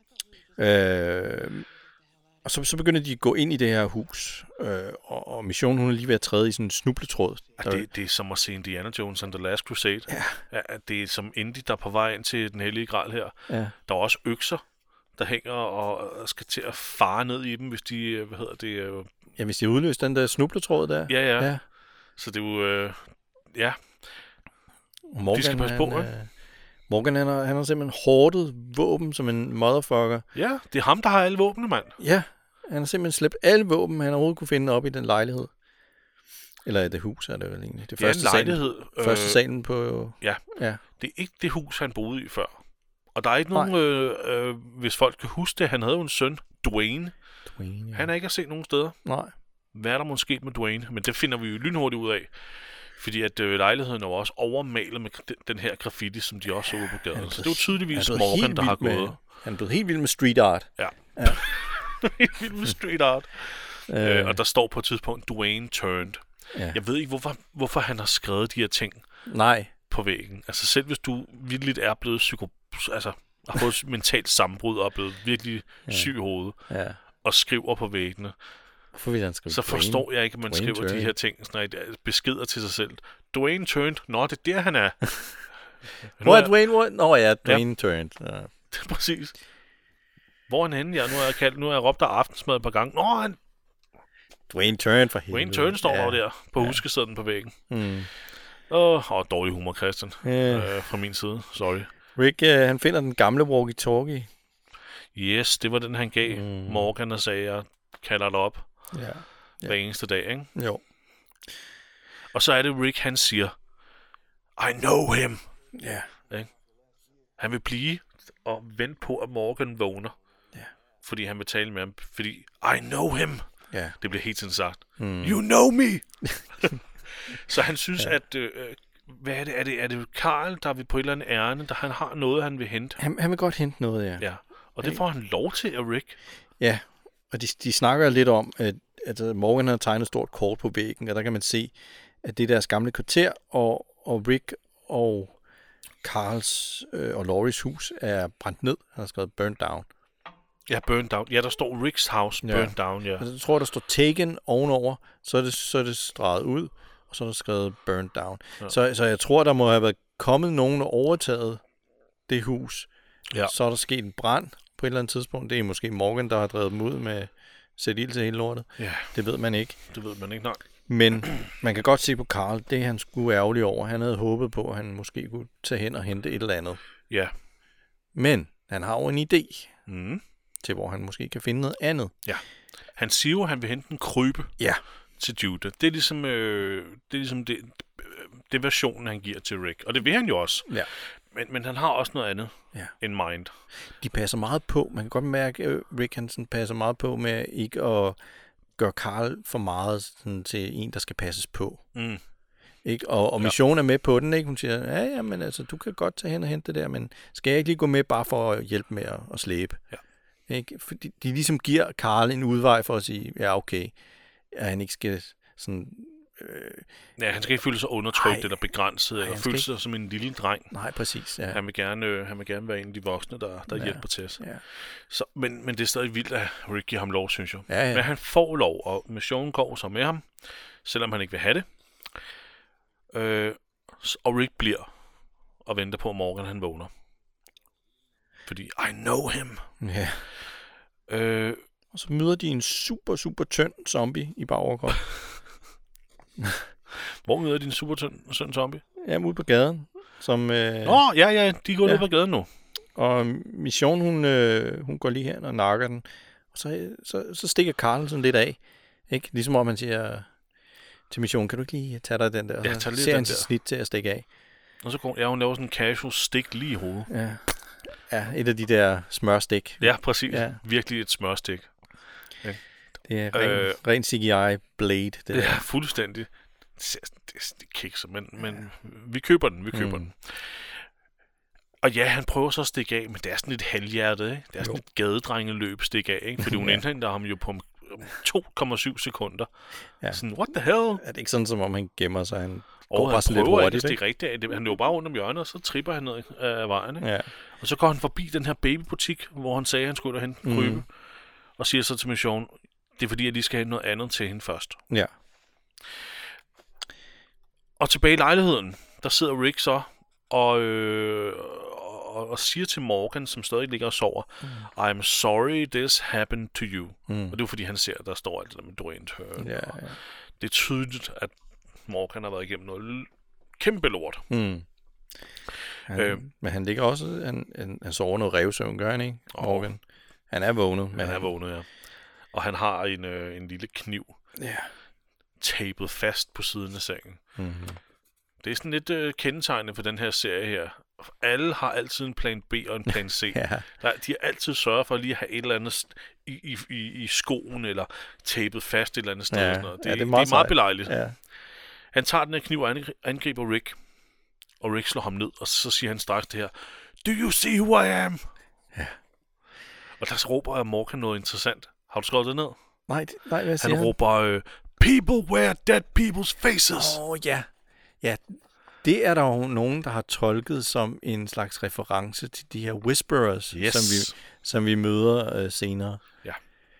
Speaker 2: Øh, og så, så begynder de at gå ind i det her hus, øh, og, og missionen, hun er lige ved at træde i sådan en snubletråd.
Speaker 1: Ja, det, det er som at se Indiana Jones and the Last Crusade.
Speaker 2: Ja.
Speaker 1: Ja, det er som Indy, der er på vej ind til den hellige gral her.
Speaker 2: Ja.
Speaker 1: Der er også økser, der hænger og skal til at fare ned i dem, hvis de, hvad hedder det... Øh...
Speaker 2: Ja, hvis de udløser den der snubletråd der.
Speaker 1: Ja, ja. ja. Så det er jo... Øh, ja.
Speaker 2: Morgan,
Speaker 1: de skal passe på,
Speaker 2: han, øh, Morgan, han har, han har simpelthen hårdet våben som en motherfucker.
Speaker 1: Ja, det er ham, der har alle våbnene, mand.
Speaker 2: Ja, han har simpelthen slæbt alle våben, han overhovedet kunne finde op i den lejlighed. Eller det hus er det vel egentlig. Det,
Speaker 1: det første er en lejlighed.
Speaker 2: Salen, øh, første salen på...
Speaker 1: Ja.
Speaker 2: ja,
Speaker 1: det er ikke det hus, han boede i før. Og der er ikke nogen, øh, øh, hvis folk kan huske det, han havde jo en søn, Dwayne.
Speaker 2: Dwayne, ja.
Speaker 1: Han er ikke at se nogen steder.
Speaker 2: Nej.
Speaker 1: Hvad er der måske med Dwayne? Men det finder vi jo lynhurtigt ud af. Fordi at øh, lejligheden er jo også overmalet med den, den her graffiti, som de også så ude på gaden. Så det er jo tydeligvis Morgan, der har gået.
Speaker 2: Med, han er blevet helt vild med street art.
Speaker 1: Ja.
Speaker 2: ja.
Speaker 1: Vild med street art. Øh. Øh, og der står på et tidspunkt, Dwayne turned. Ja. Jeg ved ikke, hvorfor, hvorfor han har skrevet de her ting
Speaker 2: Nej.
Speaker 1: på væggen. Altså selv hvis du virkelig er blevet psyko... Altså har fået mentalt sammenbrud og er blevet virkelig ja. syg i hovedet. Ja. Og skriver på væggene.
Speaker 2: Hvorfor vil han skrive
Speaker 1: så forstår
Speaker 2: Dwayne,
Speaker 1: jeg ikke, at man
Speaker 2: Dwayne
Speaker 1: skriver
Speaker 2: turned.
Speaker 1: de her ting. Sådan beskeder til sig selv. Dwayne turned. Nå, det er der, han er.
Speaker 2: Hvor er Dwayne? Hvor... Nå ja, Dwayne ja. turned. Ja.
Speaker 1: Præcis. Hvor er han henne? Ja, nu har jeg, kaldt, nu har jeg råbt der aftensmad et par gange. Nå, han...
Speaker 2: Dwayne turned for helvede.
Speaker 1: Dwayne turned står ja. der på ja. huskesedlen på væggen. Mm. Åh, oh, dårlig humor, Christian. Yeah. Øh, fra min side. Sorry.
Speaker 2: Rick, øh, han finder den gamle walkie-talkie.
Speaker 1: Yes, det var den, han gav mm. Morgan og sagde, jeg kalder dig op ja. Ja. hver eneste dag, ikke?
Speaker 2: Jo.
Speaker 1: Og så er det Rick, han siger, I know him.
Speaker 2: Ja.
Speaker 1: Yeah. Han vil blive og vente på, at Morgan vågner. Ja. Yeah. Fordi han vil tale med ham. Fordi, I know him. Ja. Yeah. Det bliver helt sådan sagt. Mm. You know me. Så han synes, ja. at... Øh, hvad er det? Er det, er det Carl, der vil på et eller andet ærne, der han har noget, han vil hente?
Speaker 2: Han, han vil godt hente noget, ja.
Speaker 1: Ja. Og det får han lov til af Rick.
Speaker 2: Ja, og de, de snakker lidt om, at, at Morgan har tegnet et stort kort på væggen, og der kan man se, at det er deres gamle kvarter, og, og Rick og Carls øh, og Lauries hus er brændt ned. Han har skrevet burned down.
Speaker 1: Ja, burned down. Ja, der står Ricks house burned ja. down, ja.
Speaker 2: Altså, jeg tror, der står taken ovenover, så er det, så er det streget ud, og så er der skrevet burned down. Ja. Så, så jeg tror, der må have været kommet nogen og overtaget det hus. Ja. Så er der sket en brand på et eller andet tidspunkt. Det er måske Morgan, der har drevet dem ud med sæt ild til hele lortet. Ja. Det ved man ikke.
Speaker 1: Det ved man ikke, nej.
Speaker 2: Men man kan godt se på Carl, det han skulle ærgerlig over. Han havde håbet på, at han måske kunne tage hen og hente et eller andet.
Speaker 1: Ja.
Speaker 2: Men han har jo en idé
Speaker 1: mm. til,
Speaker 2: hvor han måske kan finde noget andet.
Speaker 1: Ja. Han siger jo, at han vil hente en krybe
Speaker 2: ja.
Speaker 1: til Judah. Det er ligesom, øh, det, er ligesom det, det versionen, han giver til Rick. Og det vil han jo også. Ja. Men, men han har også noget andet ja. in mind.
Speaker 2: De passer meget på. Man kan godt mærke, at Rick Hansen passer meget på med ikke at gøre Carl for meget sådan, til en, der skal passes på. Mm. Ikke? Og, og Mission ja. er med på den. Ikke? Hun siger, ja, ja, men altså, du kan godt tage hen og hente det der, men skal jeg ikke lige gå med bare for at hjælpe med at, at slæbe? Ja. Ikke? Fordi de ligesom giver Carl en udvej for at sige, ja, okay, at han ikke skal sådan...
Speaker 1: Øh, ja, han skal ikke føle sig undertrykt nej, eller begrænset, nej, eller føle sig ikke som en lille dreng.
Speaker 2: Nej, præcis. Ja.
Speaker 1: Han vil gerne, øh, han vil gerne være en af de voksne, der, der ja, hjælper til os. Ja. Så, men, men det er stadig vildt, at Rick giver ham lov, synes jeg. Ja, ja. Men han får lov, og missionen går så med ham, selvom han ikke vil have det. Øh, og Rick bliver og venter på, at Morgan han vågner. Fordi, I know him.
Speaker 2: Ja. Øh, og så møder de en super, super tynd zombie i bagoverkrop.
Speaker 1: Hvor møder de en super tynd, tynd zombie?
Speaker 2: Ja, ude på gaden. Som, øh,
Speaker 1: Nå, ja, ja, de går ja. ud på gaden nu.
Speaker 2: Og Mission, hun, øh, hun går lige hen og nakker den. Og så, så, så stikker Carl sådan lidt af. Ikke? Ligesom om man siger til Mission, kan du ikke lige tage dig den der?
Speaker 1: Ja,
Speaker 2: så ser han sit snit til at stikke af.
Speaker 1: Og så går ja, hun laver sådan en casual stik lige i hovedet.
Speaker 2: Ja. Ja, et af de der smørstik.
Speaker 1: Ja, præcis. Ja. Virkelig et smørstik. Ja.
Speaker 2: Det er ren, øh, ren C G I-blade. Det
Speaker 1: ja, der. Fuldstændig. Det, det, det kikser, men, men vi køber den, vi køber mm. den. Og ja, han prøver så at stikke af, men det er sådan lidt halvhjertet, ikke? Det er sådan jo. et gadedrengeløb stikke af, ikke? Fordi hun ja. indhenter ham jo på to komma syv sekunder. Ja. Sådan, what the hell?
Speaker 2: Er det ikke sådan, som om han gemmer sig? Han
Speaker 1: og går bare lidt hurtigt, ikke? Det er rigtigt. Han løber bare rundt om hjørnet, og så tripper han ned af vejen, ikke? Ja. Og så går han forbi den her babybutik, hvor han sagde, at han skulle da hente en krybe, mm. og siger så til Mission, det er fordi, at de skal hente noget andet til hende først. Ja. Og tilbage i lejligheden, der sidder Rick så og, øh, og, og siger til Morgan, som stadig ligger og sover, mm. I'm sorry this happened to you. Mm. Og det er fordi, han ser, at der står alt det der med Dwayne Turn. Ja, ja. Det er tydeligt, at Morgan har været igennem noget kæmpe lort. Mm.
Speaker 2: Han, øh, men han ligger også, han, han, han sover noget revsøvn, gør han ikke, Morgan? Oh. Han er vågnet.
Speaker 1: Men han er han... vågnet, ja. Og han har en, øh, en lille kniv. Ja. Yeah. Tapet fast på siden af sengen. Mm-hmm. Det er sådan lidt øh, kendetegnende for den her serie her. Alle har altid en plan B og en plan C. Ja. Der, de har altid sørget for lige at have et eller andet i, i, i, i skoen, eller tapet fast et eller andet sted. Ja. Sådan noget. Det, ja, det er meget, det er meget belejligt. Ja. Han tager den her kniv og angriber Rick. Og Rick slår ham ned, og så siger han straks det her. Do you see who I am? Ja. Og der råber Morgan noget interessant. Har du skrevet det ned?
Speaker 2: Nej, nej hvad siger
Speaker 1: han? Han råber, øh, people wear dead people's faces.
Speaker 2: Åh, oh, ja. Ja, det er der jo nogen, der har tolket som en slags reference til de her whisperers,
Speaker 1: yes.
Speaker 2: som, vi, som vi møder øh, senere.
Speaker 1: Ja.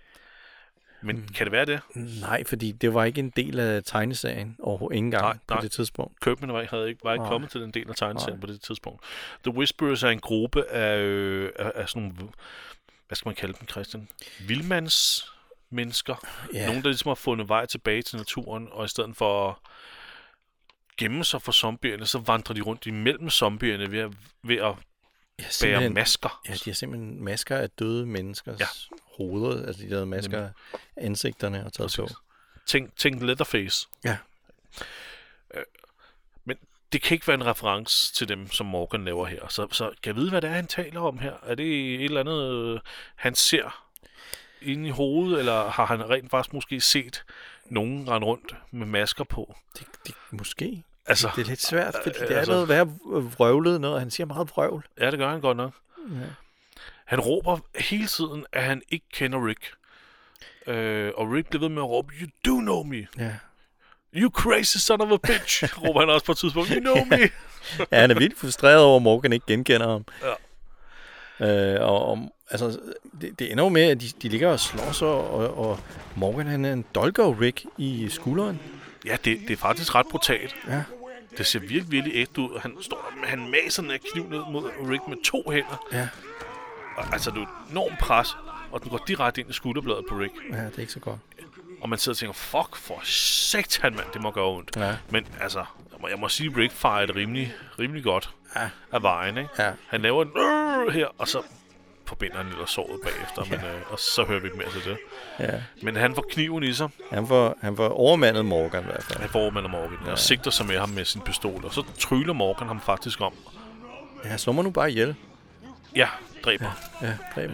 Speaker 1: Men mm. kan det være det?
Speaker 2: Nej, fordi det var ikke en del af tegneserien overhovedet ikke engang
Speaker 1: nej,
Speaker 2: på
Speaker 1: nej.
Speaker 2: det tidspunkt.
Speaker 1: Kirkman var, havde ikke, var ikke kommet til den del af tegneserien nej. på det tidspunkt. The Whisperers er en gruppe af, øh, af, af sådan nogle, hvad skal man kalde dem, Christian? Vildmands mennesker. Yeah. Nogen, der ligesom har fundet vej tilbage til naturen, og i stedet for at gemme sig for zombierne, så vandrer de rundt imellem zombierne ved at, ved at ja, bære masker.
Speaker 2: Ja, de har simpelthen masker af døde menneskers ja. hoveder. Altså, de havde masker Jamen. af ansigterne og taget på.
Speaker 1: Tænk, tænk Leatherface.
Speaker 2: Ja.
Speaker 1: Øh, men det kan ikke være en reference til dem, som Morgan laver her. Så, så kan jeg vide, hvad det er, han taler om her? Er det et eller andet, øh, han ser inde i hovedet, eller har han rent faktisk måske set nogen rende rundt med masker på?
Speaker 2: Det, det måske.
Speaker 1: Altså,
Speaker 2: det er lidt svært, fordi det er altså, noget værre vrøvlet noget. Han siger meget vrøvl.
Speaker 1: Ja, det gør han godt nok.
Speaker 2: Ja.
Speaker 1: Han råber hele tiden, at han ikke kender Rick. Øh, og Rick bliver ved med at råbe, you do know me.
Speaker 2: Ja.
Speaker 1: You crazy son of a bitch, råber han også på et tidspunkt. You know me.
Speaker 2: Ja, han er vildt frustreret over, at Morgan ikke genkender ham.
Speaker 1: Ja.
Speaker 2: Øh, og, og altså, det, det ender jo med, at de, de ligger og slås, og, og Morgan han er en dolker Rick i skulderen.
Speaker 1: Ja, det, det er faktisk ret brutalt.
Speaker 2: Ja.
Speaker 1: Det ser virkelig, virkelig ægte ud. Han står, han maser den af kniv ned mod Rick med to hænder.
Speaker 2: Ja.
Speaker 1: Og, altså, det er et enormt pres, og den går direkte ind i skulderbladet på Rick.
Speaker 2: Ja, det er ikke så godt.
Speaker 1: Og man sidder og tænker, fuck for satan, mand, det må gøre ondt.
Speaker 2: Ja.
Speaker 1: Men altså, jeg må, jeg må sige, Rick farer det rimelig, rimelig godt
Speaker 2: ja.
Speaker 1: af vejen, ikke?
Speaker 2: Ja.
Speaker 1: Han laver en øh, her, og så forbinder han lidt af såret bagefter,
Speaker 2: ja.
Speaker 1: men, øh, og så hører vi ikke mere til det.
Speaker 2: Ja.
Speaker 1: Men han får kniven i sig.
Speaker 2: Han får, han får overmandet Morgan i hvert fald.
Speaker 1: Han får overmandet Morgan, ja. og sigter sig med ham med sin pistol, og så tryller Morgan ham faktisk om.
Speaker 2: Ja, slå mig nu bare ihjel.
Speaker 1: Ja, dræber.
Speaker 2: Ja, ja dræber.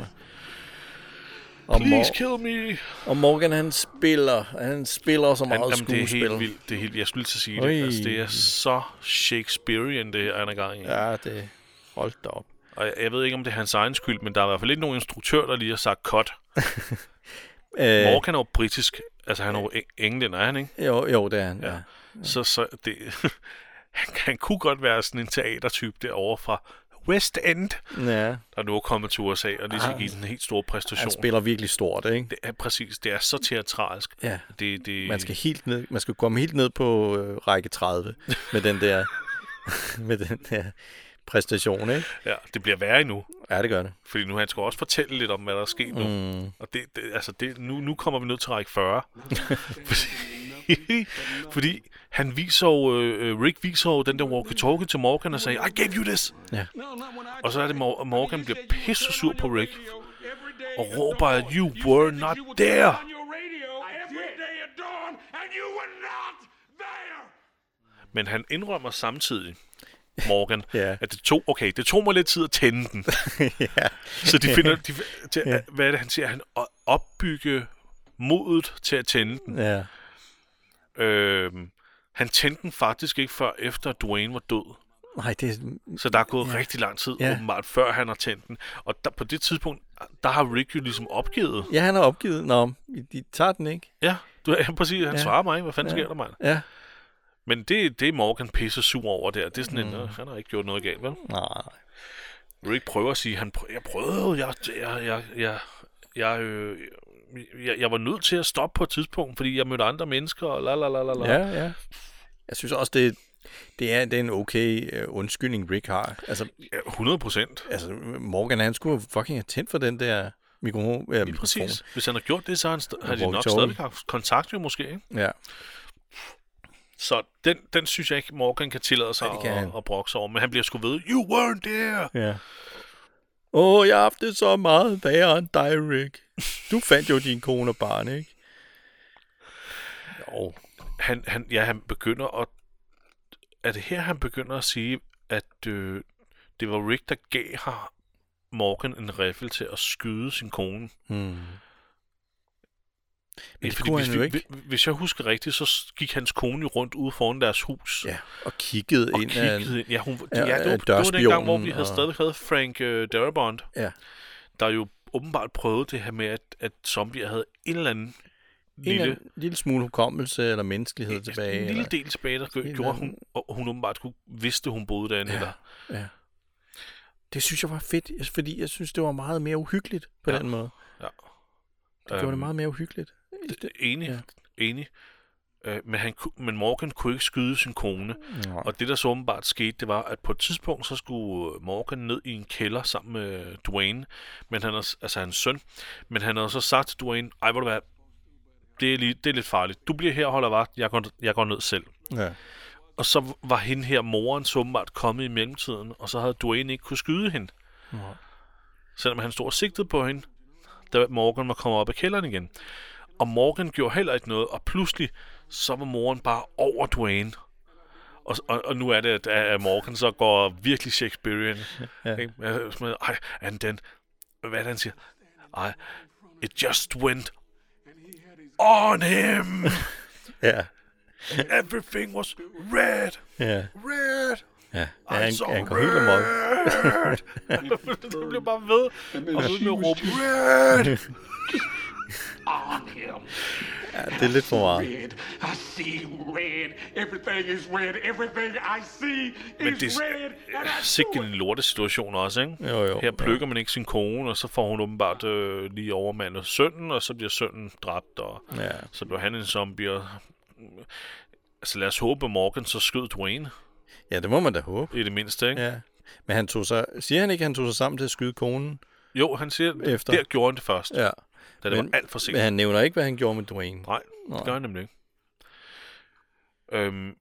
Speaker 1: Og Please Mor- kill me.
Speaker 2: Og Morgan, han spiller, han spiller så meget
Speaker 1: han,
Speaker 2: skuespil.
Speaker 1: Det er helt vildt. Det er helt, jeg skulle lige til at sige Oi. det. Altså, det er så Shakespearean, det her, han er gang i.
Speaker 2: Ja, det hold da op.
Speaker 1: Og jeg, jeg ved ikke, om det er hans egen skyld, men der er i hvert fald ikke nogen instruktør, der lige har sagt cut. Morgan er jo britisk. Altså, han er jo englænder, er han ikke?
Speaker 2: Jo, jo, det er han, ja. ja.
Speaker 1: Så, så det... han, han kunne godt være sådan en teatertype derovre fra West End,
Speaker 2: ja.
Speaker 1: der nu er kommet til U S A, og lige skal give den en helt stor præstation.
Speaker 2: Han spiller virkelig stort, ikke?
Speaker 1: Det er præcis. Det er så teatralsk.
Speaker 2: Ja.
Speaker 1: Det, det...
Speaker 2: Man skal helt ned, man skal komme helt ned på øh, række tredive med den der med den der præstation, ikke?
Speaker 1: Ja, det bliver værre endnu.
Speaker 2: Ja, det gør det.
Speaker 1: Fordi nu han skal også fortælle lidt om, hvad der er sket nu.
Speaker 2: Mm.
Speaker 1: Og det, det, altså det, nu, nu kommer vi ned til række fyrre. fordi, fordi han viser jo, øh, Rick viser jo den der walkie-talkie til Morgan og siger, I gave you this.
Speaker 2: Ja.
Speaker 1: Og så er det, Morgan bliver pisse sur på Rick og råber, you were not there. Men han indrømmer samtidig, Morgan,
Speaker 2: yeah.
Speaker 1: at det tog, okay, det tog mig lidt tid at tænde den.
Speaker 2: yeah.
Speaker 1: Så de finder, de, til, yeah. hvad er det, han siger? Han opbygge modet til at tænde den.
Speaker 2: Yeah.
Speaker 1: Øhm, han tændte den faktisk ikke før efter, at Dwayne var død.
Speaker 2: Nej, det...
Speaker 1: Så der er gået
Speaker 2: yeah.
Speaker 1: rigtig lang tid,
Speaker 2: yeah.
Speaker 1: åbenbart, før han har tændt den. Og der, på det tidspunkt, der har Rick jo ligesom opgivet.
Speaker 2: Ja, han har opgivet. Nå, de tager den ikke.
Speaker 1: Ja, du er præcis. Han
Speaker 2: ja.
Speaker 1: svarer mig, hvad fanden
Speaker 2: ja.
Speaker 1: sker der, mand?
Speaker 2: Ja.
Speaker 1: Men det, det er Morgan pisse sur over der. Det er sådan mm. en, han har ikke gjort noget galt, vel?
Speaker 2: Nej.
Speaker 1: Rick prøver at sige, han prøv, jeg prøvede, jeg, jeg, jeg, jeg, jeg, øh, jeg, jeg var nødt til at stoppe på et tidspunkt, fordi jeg mødte andre mennesker, og la la la la.
Speaker 2: Ja, ja. Jeg synes også, det, det, er, det er en okay uh, undskyldning, Rick har. Altså,
Speaker 1: ja, hundrede procent.
Speaker 2: Altså, Morgan, han skulle fucking have tændt for den der mikro, ja, mikrofon.
Speaker 1: Præcis. Hvis han har gjort det, så har, han st- har de nok stadigvæk haft kontakt jo måske, ikke?
Speaker 2: Ja.
Speaker 1: Så den, den synes jeg ikke, Morgan kan tillade sig ja, at, at brokke sig over. Men han bliver sgu ved, you weren't there!
Speaker 2: Ja. Åh, oh, jeg har haft det så meget værre end dig, Rick. Du fandt jo din kone og barn, ikke?
Speaker 1: Jo. Han, han, ja, han begynder at... Er det her, han begynder at sige, at øh, det var Rick, der gav her Morgan en riffel til at skyde sin kone?
Speaker 2: Hmm.
Speaker 1: Men det kunne han jo ikke. Hvis jeg husker rigtigt, så gik hans kone jo rundt ude foran deres hus.
Speaker 2: Ja, og kiggede
Speaker 1: og
Speaker 2: ind
Speaker 1: kiggede
Speaker 2: af
Speaker 1: ind. Ja, hun,
Speaker 2: ja,
Speaker 1: ja, det var, det var den gang, hvor vi havde og... stadig havde Frank uh, Darabont,
Speaker 2: ja.
Speaker 1: der jo åbenbart prøvet det her med, at, at zombier havde en eller anden lille,
Speaker 2: en anden, lille smule hukommelse eller menneskelighed tilbage.
Speaker 1: En lille
Speaker 2: eller,
Speaker 1: del tilbage, der gjorde, gjorde hun, og hun åbenbart kunne, vidste, hun boede derinde.
Speaker 2: Ja,
Speaker 1: eller.
Speaker 2: ja. Det synes jeg var fedt, fordi jeg synes, det var meget mere uhyggeligt på ja. den måde.
Speaker 1: Ja.
Speaker 2: Det gjorde um, det meget mere uhyggeligt.
Speaker 1: Det, enig, ja. enig. Uh, men, han, men Morgan kunne ikke skyde sin kone. Ja. Og det, der så åbenbart skete, det var, at på et tidspunkt, så skulle Morgan ned i en kælder sammen med Dwayne, men han, altså hans søn. Men han havde så sagt til Dwayne, ej, hvor du hvad, det er, lige, det er lidt farligt. Du bliver her og holder vagt, jeg går, jeg går ned selv. Ja. Og så var hende her, moren, så åbenbart kommet i mellemtiden, og så havde Dwayne ikke kunne skyde hende. Ja. Selvom han stod og sigtede på hende, da Morgan var kommet op af kælderen igen. Og Morgan gjorde heller ikke noget, og pludselig så var moren bare over Dwayne. Og, og, og nu er det, at Morgan så går virkelig Shakespearean. Ja. Ej, and then, hvad er det, han siger? Ej, it just went on him.
Speaker 2: Ja.
Speaker 1: Everything was red.
Speaker 2: Ja.
Speaker 1: Red.
Speaker 2: Ja, han, han går helt amok.
Speaker 1: Det bliver bare ved. Og ved med at råbe red.
Speaker 3: On him.
Speaker 2: Ja, det er lidt for meget.
Speaker 3: Red. I see red. Everything is red. Everything I see
Speaker 1: Men
Speaker 3: is
Speaker 1: det
Speaker 3: red.
Speaker 1: er sikkert en lortesituation også, ikke?
Speaker 2: Jo, jo,
Speaker 1: Her plukker
Speaker 2: jo.
Speaker 1: man ikke sin kone, og så får hun åbenbart øh, lige overmandet sønnen, og så bliver sønnen dræbt, og
Speaker 2: ja.
Speaker 1: så bliver han en zombie. Og, altså lad os håbe, at Morgan så skød Dwayne.
Speaker 2: Ja, det må man da håbe.
Speaker 1: I det mindste, ikke?
Speaker 2: Ja. Men han tog sig, siger han ikke, at han tog sig sammen til at skyde konen?
Speaker 1: Jo, han siger,
Speaker 2: efter.
Speaker 1: Der gjorde han det først.
Speaker 2: Ja.
Speaker 1: Da det
Speaker 2: men,
Speaker 1: var alt for sent.
Speaker 2: Men han nævner ikke, hvad han gjorde med Dwayne.
Speaker 1: Nej, det gør han nemlig ikke. Øhm,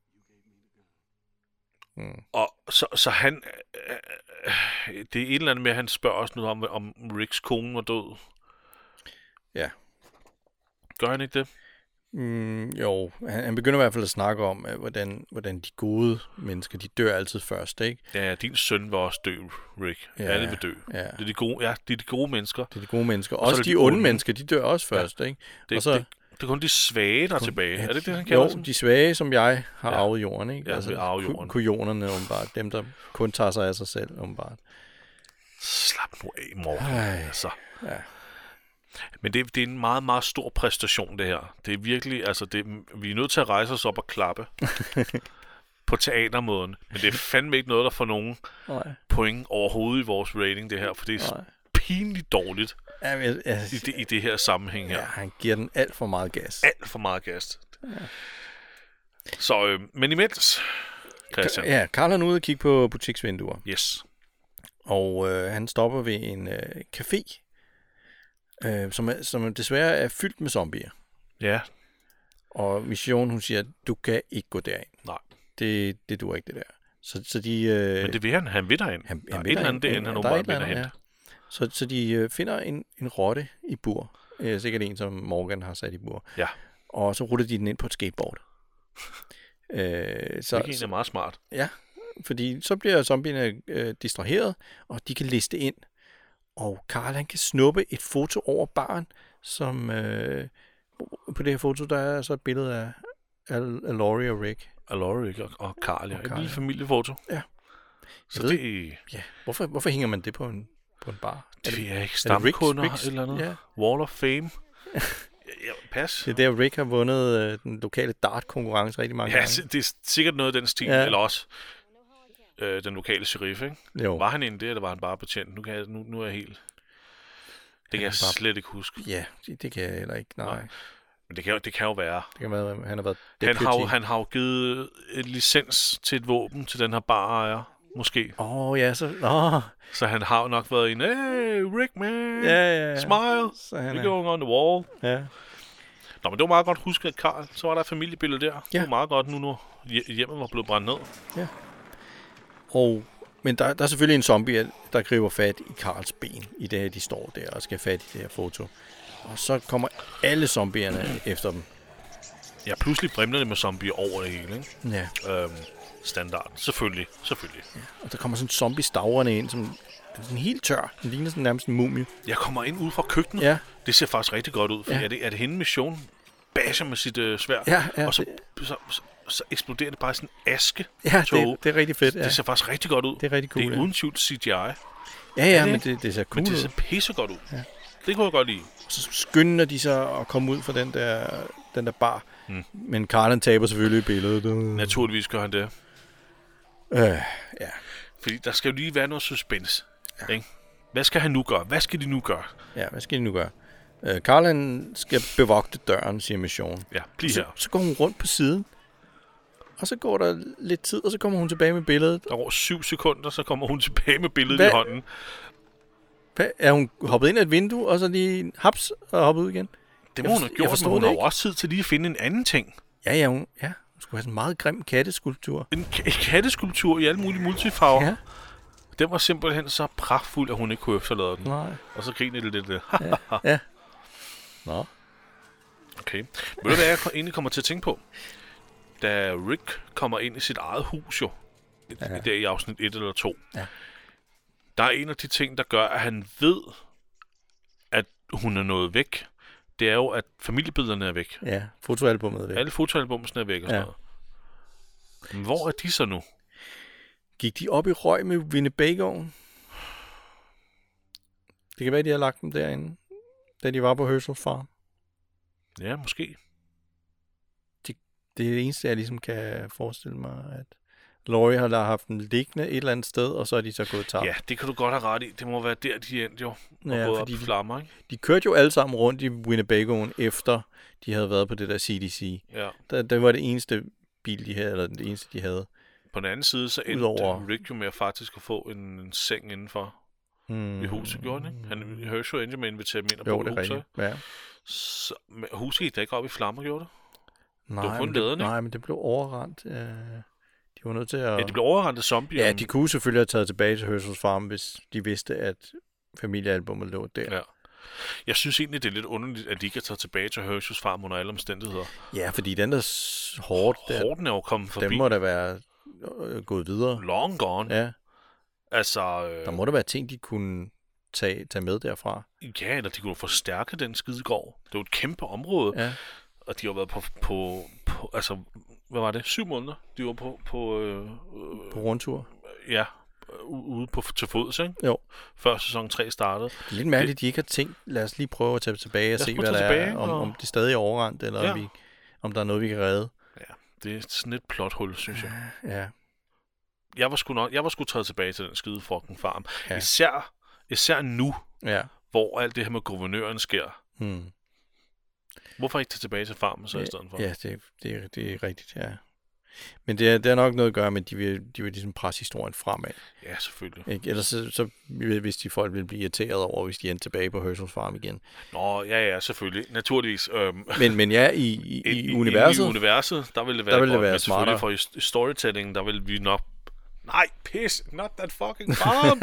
Speaker 1: mm. Og så, så han... Øh, det er et eller andet med, at han spørger også noget om, om Ricks kone var død.
Speaker 2: Ja.
Speaker 1: Gør han ikke det?
Speaker 2: Mm, jo, han, han begynder i hvert fald at snakke om, at hvordan, hvordan de gode mennesker, de dør altid først, ikke?
Speaker 1: Ja, din søn var også død, Rick. Ja, alle vil dø.
Speaker 2: Ja.
Speaker 1: Det er de gode, ja, det er de gode mennesker.
Speaker 2: Det er de gode mennesker. Også de, de onde mennesker, de dør også først, ja. Ikke?
Speaker 1: Det,
Speaker 2: og så,
Speaker 1: det, det er kun de svage, der er tilbage. Ja, er det det, han kalder
Speaker 2: jo,
Speaker 1: sådan?
Speaker 2: de svage, som jeg har
Speaker 1: ja.
Speaker 2: arvet jorden, ikke?
Speaker 1: Ja,
Speaker 2: altså,
Speaker 1: vi arver jorden.
Speaker 2: Kujonerne, åbenbart. Dem, der kun tager sig af sig selv, åbenbart.
Speaker 1: Slap nu af, Morgan. Altså.
Speaker 2: Ja.
Speaker 1: Men det, det er en meget, meget stor præstation, det her. Det er virkelig, altså, det, vi er nødt til at rejse os op og klappe på teatermåden. Men det er fandme ikke noget, der får nogen
Speaker 2: Nej.
Speaker 1: point overhovedet i vores rating, det her. For det er Nej. pinligt dårligt
Speaker 2: ja, men, altså,
Speaker 1: i, det, i det her sammenhæng her.
Speaker 2: Ja, han giver den alt for meget gas.
Speaker 1: Alt for meget gas. Ja. Så, øh, men imens, Christian.
Speaker 2: Ja, Carl er nu ude og kigge på butiksvinduer.
Speaker 1: Yes.
Speaker 2: Og øh, han stopper ved en øh, café, Øh, som, er, som desværre er fyldt med zombier.
Speaker 1: Ja.
Speaker 2: Og Mission, hun siger, du kan ikke gå derind.
Speaker 1: Nej.
Speaker 2: Det, det duer ikke, det der. Så, så de, øh,
Speaker 1: Men det vil han. Han vil derind.
Speaker 2: Han,
Speaker 1: der
Speaker 2: han
Speaker 1: er et eller andet derinde, han åbenbart vil derhen. Ja.
Speaker 2: Så, så de øh, finder en, en rotte i bur. Øh, sikkert en, som Morgan har sat i bur.
Speaker 1: Ja.
Speaker 2: Og så ruller de den ind på et skateboard.
Speaker 1: øh, så, det er meget smart.
Speaker 2: Ja, fordi så bliver zombierne øh, distraheret, og de kan liste ind. Og Carl, han kan snuppe et foto over baren, som øh, på det her foto, der er så et billede af Al- Laurie og Rick.
Speaker 1: Laurie og, og Carl, ja.
Speaker 2: Og Carl,
Speaker 1: et lille familiefoto.
Speaker 2: Ja.
Speaker 1: Så
Speaker 2: ved,
Speaker 1: det...
Speaker 2: Ja, hvorfor, hvorfor hænger man det på en, på en bar?
Speaker 1: Det er ikke stamkunder eller eller andet. Ja. Wall of Fame. Ja, pas.
Speaker 2: Det er der, Rick har vundet øh, den lokale dart-konkurrence rigtig mange
Speaker 1: ja,
Speaker 2: gange.
Speaker 1: Ja, det er sikkert noget af den stil, ja. Eller også øh, den lokale sheriff, ikke?
Speaker 2: Jo.
Speaker 1: Var han inde det, eller var han bare betjent? Nu, kan jeg, nu, nu er jeg helt... Det kan jeg bare... slet ikke huske.
Speaker 2: Ja, det, det kan jeg heller ikke, nej. nej.
Speaker 1: Men det kan, det kan jo være.
Speaker 2: Det kan være, han har været
Speaker 1: han har, jo, han har jo givet et licens til et våben til den her barejer, måske.
Speaker 2: Åh, oh, ja, så... Oh.
Speaker 1: Så han har jo nok været en, hey, Rick, man,
Speaker 2: ja, ja, ja.
Speaker 1: smile,
Speaker 2: så han
Speaker 1: we're going on the wall.
Speaker 2: Ja.
Speaker 1: Nå, men det var meget godt husket, at Carl, så var der et familiebillede der. Ja. Det var meget godt nu, når hjemmet var blevet brændt ned.
Speaker 2: Ja. Og... Men der, der er selvfølgelig en zombie, der griber fat i Carls ben, i det her, de står der og skal have fat i det her foto. Og så kommer alle zombierne efter dem.
Speaker 1: Ja, pludselig brimler det med zombier over det hele, ikke?
Speaker 2: Ja.
Speaker 1: Øhm, standard. Selvfølgelig, selvfølgelig.
Speaker 2: Ja. Og der kommer sådan en zombie stavrende ind, som er sådan helt tør. Den ligner sådan nærmest en mumie.
Speaker 1: Jeg kommer ind ude fra køkkenet.
Speaker 2: Ja.
Speaker 1: Det ser faktisk rigtig godt ud, for ja. er, det, er det hende Mission basher med sit øh, sværd?
Speaker 2: Ja, ja.
Speaker 1: Og så,
Speaker 2: det...
Speaker 1: så, så, så eksploderer det bare sådan en aske.
Speaker 2: Ja, det, det er rigtig fedt. Ja.
Speaker 1: Det ser faktisk rigtig godt ud.
Speaker 2: Det er rigtig cool.
Speaker 1: Det er uden tvivl C G I.
Speaker 2: Ja, ja, det men det, det ser cool
Speaker 1: ud. Men det
Speaker 2: ud.
Speaker 1: ser pisse godt ud.
Speaker 2: Ja.
Speaker 1: Det kunne jeg godt lide.
Speaker 2: Så skynder de sig at komme ud fra den der, den der bar. Mm. Men Carl taber selvfølgelig i billedet.
Speaker 1: Naturligvis gør han det.
Speaker 2: Øh, ja.
Speaker 1: Fordi der skal jo lige være noget suspense.
Speaker 2: Ja.
Speaker 1: Ikke? Hvad skal han nu gøre? Hvad skal de nu gøre?
Speaker 2: Ja, hvad skal de nu gøre? Øh, Carl han skal bevogte døren, siger Mission.
Speaker 1: Ja, bliv
Speaker 2: så,
Speaker 1: her.
Speaker 2: Så går hun rundt på siden. Og så går der lidt tid, og så kommer hun tilbage med billedet.
Speaker 1: Der går syv sekunder, så kommer hun tilbage med billedet
Speaker 2: Hvad?
Speaker 1: i hånden.
Speaker 2: Hvad? Er hun hoppet ind af et vindue, og så lige haps og hoppet ud igen?
Speaker 1: Det må hun have gjort, men hun har jo også tid til lige at finde en anden ting.
Speaker 2: Ja, ja, hun, ja. Hun skulle have sådan en meget grim katteskulptur.
Speaker 1: En k- katteskulptur i alle mulige multifarver.
Speaker 2: Ja.
Speaker 1: Den var simpelthen så pragtfuld, at hun ikke kunne efterlade den.
Speaker 2: Nej.
Speaker 1: Og så griner det lidt.
Speaker 2: ja. ja. Nå.
Speaker 1: Okay. Ved du, hvad jeg egentlig kommer til at tænke på? Da Rick kommer ind i sit eget hus jo, ja. Der i afsnit et eller to,
Speaker 2: ja.
Speaker 1: Der er en af de ting, der gør, at han ved, at hun er nået væk. Det er jo, at familiebillederne er væk.
Speaker 2: Ja, fotoalbummet er væk.
Speaker 1: Alle fotoalbumsene er væk og sådan ja. noget. Men hvor er de så nu?
Speaker 2: Gik de op i røg med Winnebagoen? Det kan være, de har lagt dem derinde, da de var på Herschel Farm.
Speaker 1: Ja, måske.
Speaker 2: Det, det er det eneste, jeg ligesom kan forestille mig, at Laurie har haft dem liggende et eller andet sted, og så er de så gået tabt.
Speaker 1: Ja, det kan du godt have ret i. Det må være der, de endte jo. Og
Speaker 2: ja,
Speaker 1: gået op
Speaker 2: de,
Speaker 1: i flammer, ikke?
Speaker 2: De kørte jo alle sammen rundt i Winnebagoen, efter de havde været på det der C D C.
Speaker 1: Ja.
Speaker 2: Der, der var det eneste bil, de havde, eller det eneste, de havde.
Speaker 1: På den anden side, så endte Udover... Rick jo med faktisk at få en, en seng indenfor hmm. i huset, gjorde han, ikke? Han Herschel endte med at invitere dem ind og
Speaker 2: jo,
Speaker 1: bo i huset.
Speaker 2: Ja.
Speaker 1: Så, men huset gik da ikke op i flammer, gjorde det?
Speaker 2: Nej,
Speaker 1: det var kun
Speaker 2: men
Speaker 1: laderne,
Speaker 2: det, nej, men det blev overrendt. Øh, de var nødt til at...
Speaker 1: Ja, de blev overrendt af zombier.
Speaker 2: Ja, de kunne selvfølgelig have taget tilbage til Herschels Farm, hvis de vidste, at familiealbummet lå der.
Speaker 1: Ja. Jeg synes egentlig, det er lidt underligt, at de ikke har taget tilbage til Herschels Farm under alle omstændigheder.
Speaker 2: Ja, fordi den der hårdt...
Speaker 1: Hården er jo kommet forbi.
Speaker 2: Den må da være gået videre.
Speaker 1: Long gone.
Speaker 2: Ja.
Speaker 1: Altså... Øh...
Speaker 2: Der må da være ting, de kunne tage, tage med derfra.
Speaker 1: Ja, eller de kunne forstærke den skidegård. Det var et kæmpe område.
Speaker 2: Ja.
Speaker 1: Og de har været på, på, på... Altså, hvad var det? Syv måneder? De var på... På, øh,
Speaker 2: på rundtur?
Speaker 1: Ja, ude på, til fods, ikke?
Speaker 2: Jo.
Speaker 1: Før sæson tre startede.
Speaker 2: Det er lidt mærkeligt, at de ikke har tænkt, lad os lige prøve at tage tilbage og se, hvad der tilbage, er, om, og... om det stadig er overrendt, eller ja. om, vi, om der er noget, vi kan redde.
Speaker 1: Ja, det er sådan et plothul, synes jeg.
Speaker 2: Ja.
Speaker 1: Jeg var sgu nok, jeg var sgu taget tilbage til den skide fucking farm. Ja. Især, især nu,
Speaker 2: ja.
Speaker 1: hvor alt det her med guvernøren sker.
Speaker 2: Hmm.
Speaker 1: Hvorfor ikke tage tilbage til farmen så
Speaker 2: ja,
Speaker 1: i stedet for?
Speaker 2: Ja, det, det, er, det er rigtigt, ja. Men det er, det er nok noget at gøre med, at de vil, de vil ligesom presse historien fremad.
Speaker 1: Ja, selvfølgelig.
Speaker 2: Ikke? Ellers så, så hvis de folk vil blive irriteret over, hvis de endte tilbage på Herschels Farm igen.
Speaker 1: Nå, ja, ja, selvfølgelig. Naturligvis. Øhm,
Speaker 2: men, men ja, i, i, i,
Speaker 1: i
Speaker 2: universet...
Speaker 1: I universet, der vil det være,
Speaker 2: der vil det
Speaker 1: godt,
Speaker 2: være
Speaker 1: men
Speaker 2: smartere.
Speaker 1: For i storytelling, der vil vi nok... Nej, piss, not that fucking farm!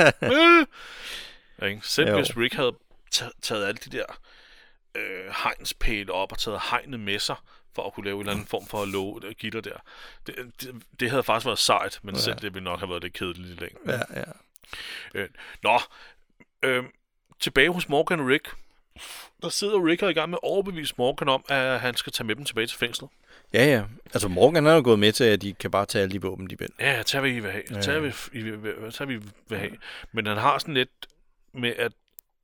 Speaker 1: øh. Selv jo. Hvis Rick havde taget alle de der øh, hegnspæle op og taget hegnet med sig, for at kunne lave en eller anden form for låg og gitter der. Det, det, det havde faktisk været sejt, men ja. selv det ville nok have været lidt kedeligt i længden.
Speaker 2: Ja, ja.
Speaker 1: Øh, nå, øh, tilbage hos Morgan og Rick. Der sidder Rick og er i gang med at overbevise Morgan om, at han skal tage med dem tilbage til fængslet.
Speaker 2: Ja, ja. Altså Morgan er jo gået med til, at de kan bare tage alle de våben, de vil.
Speaker 1: Ja, tager vi, I vil have. Ja. Tager vi, I vil, tager vi vil have. Men han har sådan lidt med, at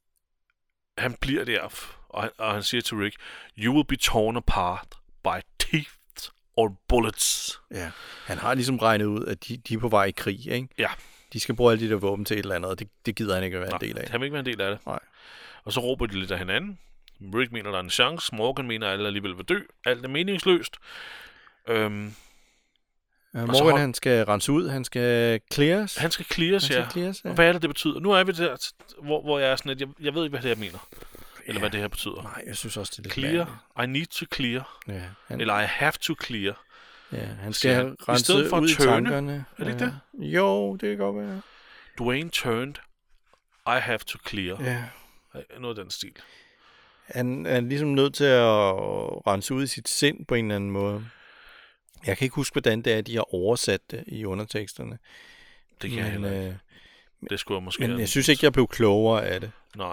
Speaker 1: han bliver der, og han, og han siger til Rick, you will be torn apart by teeth or bullets.
Speaker 2: Ja, han har ligesom regnet ud, at de, de er på vej i krig, ikke?
Speaker 1: Ja.
Speaker 2: De skal bruge alle de der våben til et eller andet, og det, det gider han ikke at være
Speaker 1: Nej,
Speaker 2: en del af.
Speaker 1: Nej, han vil ikke være en del af det.
Speaker 2: Nej.
Speaker 1: Og så råber de lidt af hinanden. Rick mener, der er en chance. Morgan mener, at alle alligevel vil dø. Alt er meningsløst. Øhm,
Speaker 2: ja, Morgan, hold... han skal rense ud. Han skal clears.
Speaker 1: Han skal clears,
Speaker 2: han skal
Speaker 1: ja.
Speaker 2: Clears, ja.
Speaker 1: Og hvad er det, det betyder? Nu er vi der, hvor, hvor jeg er sådan, at jeg, jeg ved ikke, hvad det her mener. Eller ja. hvad det her betyder.
Speaker 2: Nej, jeg synes også, det er lidt
Speaker 1: clear. Mærkeligt. I need to clear.
Speaker 2: Ja, han...
Speaker 1: Eller I have to clear.
Speaker 2: Ja, han skal han, rense ud i tankerne.
Speaker 1: Er det ikke det?
Speaker 2: Jo, det kan godt være.
Speaker 1: Dwayne turned. I have to clear.
Speaker 2: Ja.
Speaker 1: Noget af den stil.
Speaker 2: Han er ligesom nødt til at rense ud i sit sind på en eller anden måde. Jeg kan ikke huske, hvordan det er, de har oversat det i underteksterne.
Speaker 1: Det kan men, jeg heller ikke. Det skulle jeg måske...
Speaker 2: Men jeg synes ikke, jeg blev klogere af det.
Speaker 1: Nej.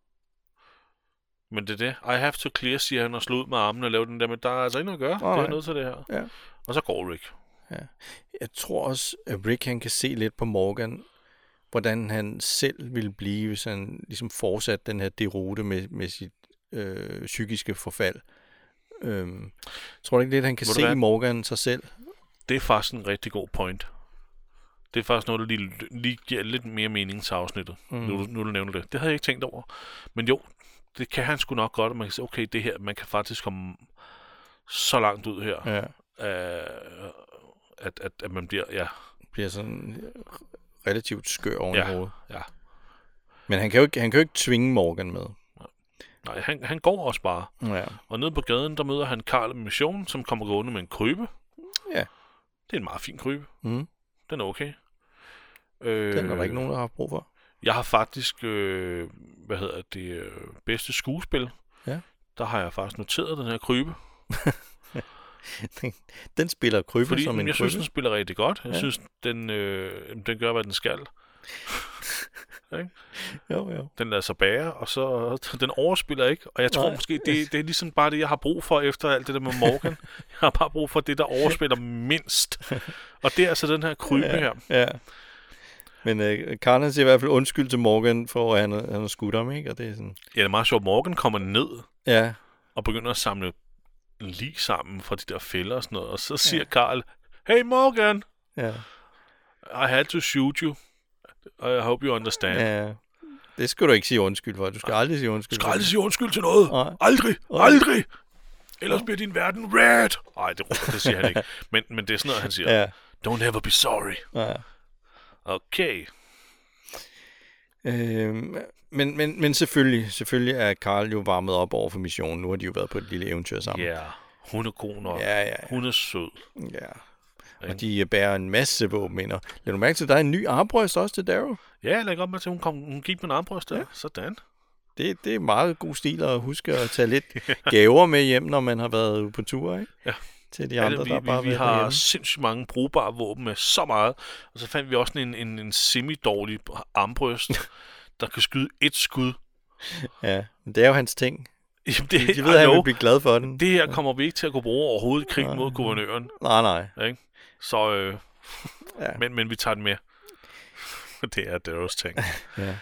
Speaker 1: Men det er det. I have to clear, siger han, og slå ud med armen og lave den der, men der er altså ikke noget at gøre. Oh, det er nødt til det her.
Speaker 2: Ja.
Speaker 1: Og så går Rick.
Speaker 2: Ja. Jeg tror også, at Rick han kan se lidt på Morgan, hvordan han selv ville blive, hvis han ligesom fortsatte den her derute med, med sit øh, psykiske forfald. Øhm, tror du ikke lidt, han kan se i Morgan sig selv?
Speaker 1: Det er faktisk en rigtig god point. Det er faktisk noget, der lige, lige giver lidt mere mening til afsnittet, mm. nu, nu du nævner det. Det havde jeg ikke tænkt over. Men jo, det kan han sgu nok godt, at man kan sige, okay, det her, man kan faktisk komme så langt ud her,
Speaker 2: ja.
Speaker 1: øh, at, at, at man bliver, ja...
Speaker 2: bliver sådan relativt skør oven
Speaker 1: ja,
Speaker 2: i hovedet.
Speaker 1: Ja.
Speaker 2: Men han kan jo ikke, han kan jo ikke tvinge Morgan med.
Speaker 1: Nej, han, han går også bare.
Speaker 2: Ja.
Speaker 1: Og nede på gaden, der møder han Carl med Mission, som kommer gående med en krybe.
Speaker 2: Ja.
Speaker 1: Det er en meget fin krybe.
Speaker 2: Mm.
Speaker 1: Den er okay.
Speaker 2: Den er der ikke nogen, der har brug for.
Speaker 1: Jeg har faktisk, øh, hvad hedder det, øh, bedste skuespil.
Speaker 2: Ja.
Speaker 1: Der har jeg faktisk noteret den her krybe.
Speaker 2: den, den spiller krybe
Speaker 1: Fordi,
Speaker 2: som en
Speaker 1: jeg
Speaker 2: krybe.
Speaker 1: synes, den spiller rigtig godt. Jeg
Speaker 2: ja.
Speaker 1: synes, den, øh, den gør, hvad den skal. Okay?
Speaker 2: Jo, jo.
Speaker 1: Den lader sig bære, og så den overspiller ikke. Og jeg tror
Speaker 2: Nej.
Speaker 1: måske, det, det er ligesom bare det, jeg har brug for efter alt det der med Morgan. Jeg har bare brug for det, der overspiller mindst. Og det er altså den her krybe
Speaker 2: ja,
Speaker 1: her.
Speaker 2: Ja. Men øh, Carl han siger i hvert fald undskyld til Morgan, for at han, han har skudt ham, ikke? Og det er sådan...
Speaker 1: Ja, det er meget sjovt. Morgan kommer ned
Speaker 2: ja.
Speaker 1: og begynder at samle lig sammen fra de der fælder og sådan noget. Og så siger ja. Carl, hey Morgan!
Speaker 2: Ja.
Speaker 1: I had to shoot you. I hope you understand.
Speaker 2: Ja. Det skal du ikke sige undskyld for. Du skal aldrig sige undskyld.
Speaker 1: Du skal aldrig sige undskyld til noget.
Speaker 2: Nej.
Speaker 1: Aldrig. Aldrig. Ellers bliver din verden red. Nej, det, det siger han ikke. Men, men det er sådan noget, han siger.
Speaker 2: Ja.
Speaker 1: Don't ever be sorry.
Speaker 2: Ja.
Speaker 1: Okay.
Speaker 2: Øhm, men, men, men selvfølgelig, selvfølgelig er Carl jo varmet op over for missionen. Nu har de jo været på et lille eventyr sammen.
Speaker 1: Ja, yeah. Hun er god nok.
Speaker 2: Ja, ja, ja.
Speaker 1: Hun er sød.
Speaker 2: Ja. Og de bærer en masse våben ind. Lad du mærke til, at der er en ny armbryst også til Darrow?
Speaker 1: Ja, jeg lægger op med til, at hun, kom, hun gik med en armbryst der. Ja. Sådan.
Speaker 2: Det, det er meget god stil at huske at tage lidt gaver med hjem, når man har været på tur, ikke?
Speaker 1: Ja.
Speaker 2: Til de andre,
Speaker 1: ja, det, vi,
Speaker 2: der bare
Speaker 1: vi, vi har sindssygt mange brugbare våben med så meget. Og så fandt vi også en, en, en semi-dårlig armbryst, der kan skyde et skud.
Speaker 2: Ja, men det er jo hans ting.
Speaker 1: Jamen, det,
Speaker 2: de, de ved, at han vil blive glad for den.
Speaker 1: Det her kommer vi ikke til at kunne bruge overhovedet i krig ja. mod guvernøren.
Speaker 2: Nej, nej.
Speaker 1: Ikke? Så, øh,
Speaker 2: ja.
Speaker 1: men, men vi tager den med. Det er det også ting.
Speaker 2: ja.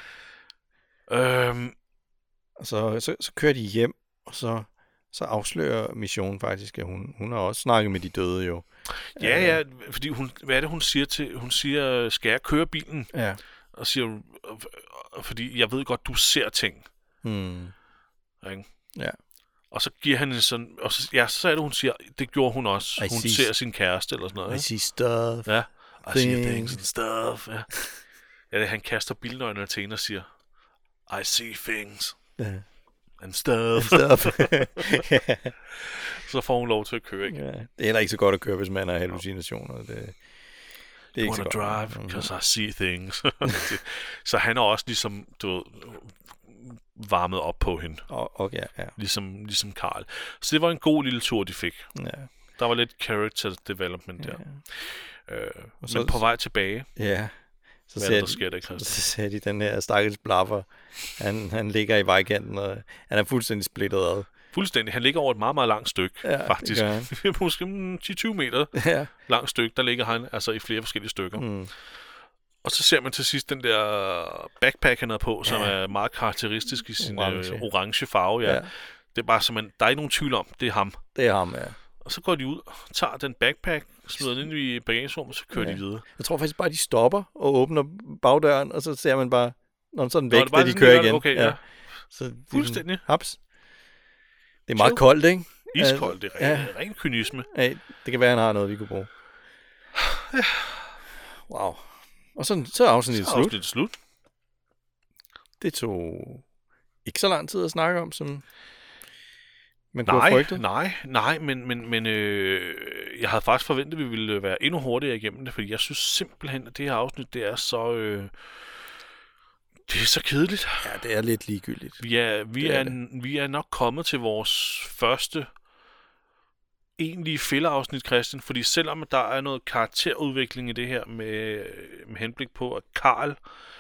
Speaker 1: Øhm,
Speaker 2: så, så, så kører de hjem, og så, så afslører missionen faktisk, at hun, hun har også snakket med de døde jo.
Speaker 1: Ja, ja, fordi hun, hvad er det, hun siger til? Hun siger, skal jeg køre bilen?
Speaker 2: Ja.
Speaker 1: Og siger, fordi jeg ved godt, du ser ting.
Speaker 2: Hmm.
Speaker 1: Ikke?
Speaker 2: Ja.
Speaker 1: Og så giver han en sådan, og så, ja, så er det, hun siger, det gjorde hun også.
Speaker 2: I
Speaker 1: hun
Speaker 2: see,
Speaker 1: ser sin kæreste eller sådan noget.
Speaker 2: I see stuff.
Speaker 1: Ja, I
Speaker 2: things.
Speaker 1: see things and stuff. Ja, ja det, han kaster bilnøglerne til hende og siger, I see things
Speaker 2: ja.
Speaker 1: and stuff.
Speaker 2: And stuff.
Speaker 1: Så får hun lov til at køre, ikke?
Speaker 2: Ja, det er heller ikke så godt at køre, hvis man har hallucinationer. Det, det er
Speaker 1: ikke så godt. Drive, because I see things. Så han er også ligesom, du ved, varmet op på hende.
Speaker 2: Og, og ja, ja.
Speaker 1: Ligesom, ligesom Carl. Så det var en god lille tur, de fik.
Speaker 2: Ja.
Speaker 1: Der var lidt character development der. Ja. Øh,
Speaker 2: så,
Speaker 1: men på vej tilbage.
Speaker 2: Ja. Så
Speaker 1: hvad er det, der sker der, Christian?
Speaker 2: Så ser de den her stakkels blaffer. Han, han ligger i vejkanten, og han er fuldstændig splittet ad.
Speaker 1: Fuldstændig. Han ligger over et meget, meget langt stykke,
Speaker 2: ja,
Speaker 1: faktisk. Måske ti til tyve meter
Speaker 2: ja.
Speaker 1: langt stykke. Der ligger han altså i flere forskellige stykker.
Speaker 2: Mm.
Speaker 1: Og så ser man til sidst den der backpack, han er på, som ja. er meget karakteristisk i sin orange, øh, orange farve. Ja. Ja. Det er bare som man, der er ikke nogen tvivl om, det er ham.
Speaker 2: Det er ham, ja.
Speaker 1: Og så går de ud, tager den backpack, smider den ind i bagagerummet, og så kører ja. de videre.
Speaker 2: Jeg tror faktisk bare, de stopper og åbner bagdøren, og så ser man bare, når så er den væk,
Speaker 1: Nå,
Speaker 2: da de kører igen.
Speaker 1: Okay, ja. Ja.
Speaker 2: Så
Speaker 1: fuldstændig.
Speaker 2: Haps. Det er meget koldt, ikke?
Speaker 1: Iskoldt, det er ren, ja. ren kynisme.
Speaker 2: Ja, det kan være, han har noget, vi kunne bruge.
Speaker 1: Ja.
Speaker 2: Wow. Og så, så er afsnittet slut.
Speaker 1: afsnittet slut.
Speaker 2: Det tog ikke så lang tid at snakke om, som man kunne
Speaker 1: nej,
Speaker 2: have frygtet.
Speaker 1: Nej, nej, men, men, men øh, jeg havde faktisk forventet, at vi ville være endnu hurtigere igennem det, fordi jeg synes simpelthen, at det her afsnit, det er så... Øh, det er så kedeligt.
Speaker 2: Ja, det er lidt ligegyldigt.
Speaker 1: Vi er, vi
Speaker 2: er,
Speaker 1: er, vi er nok kommet til vores første egentlige fælleafsnit, Christian, fordi selvom der er noget karakterudvikling i det her med, med henblik på, at Carl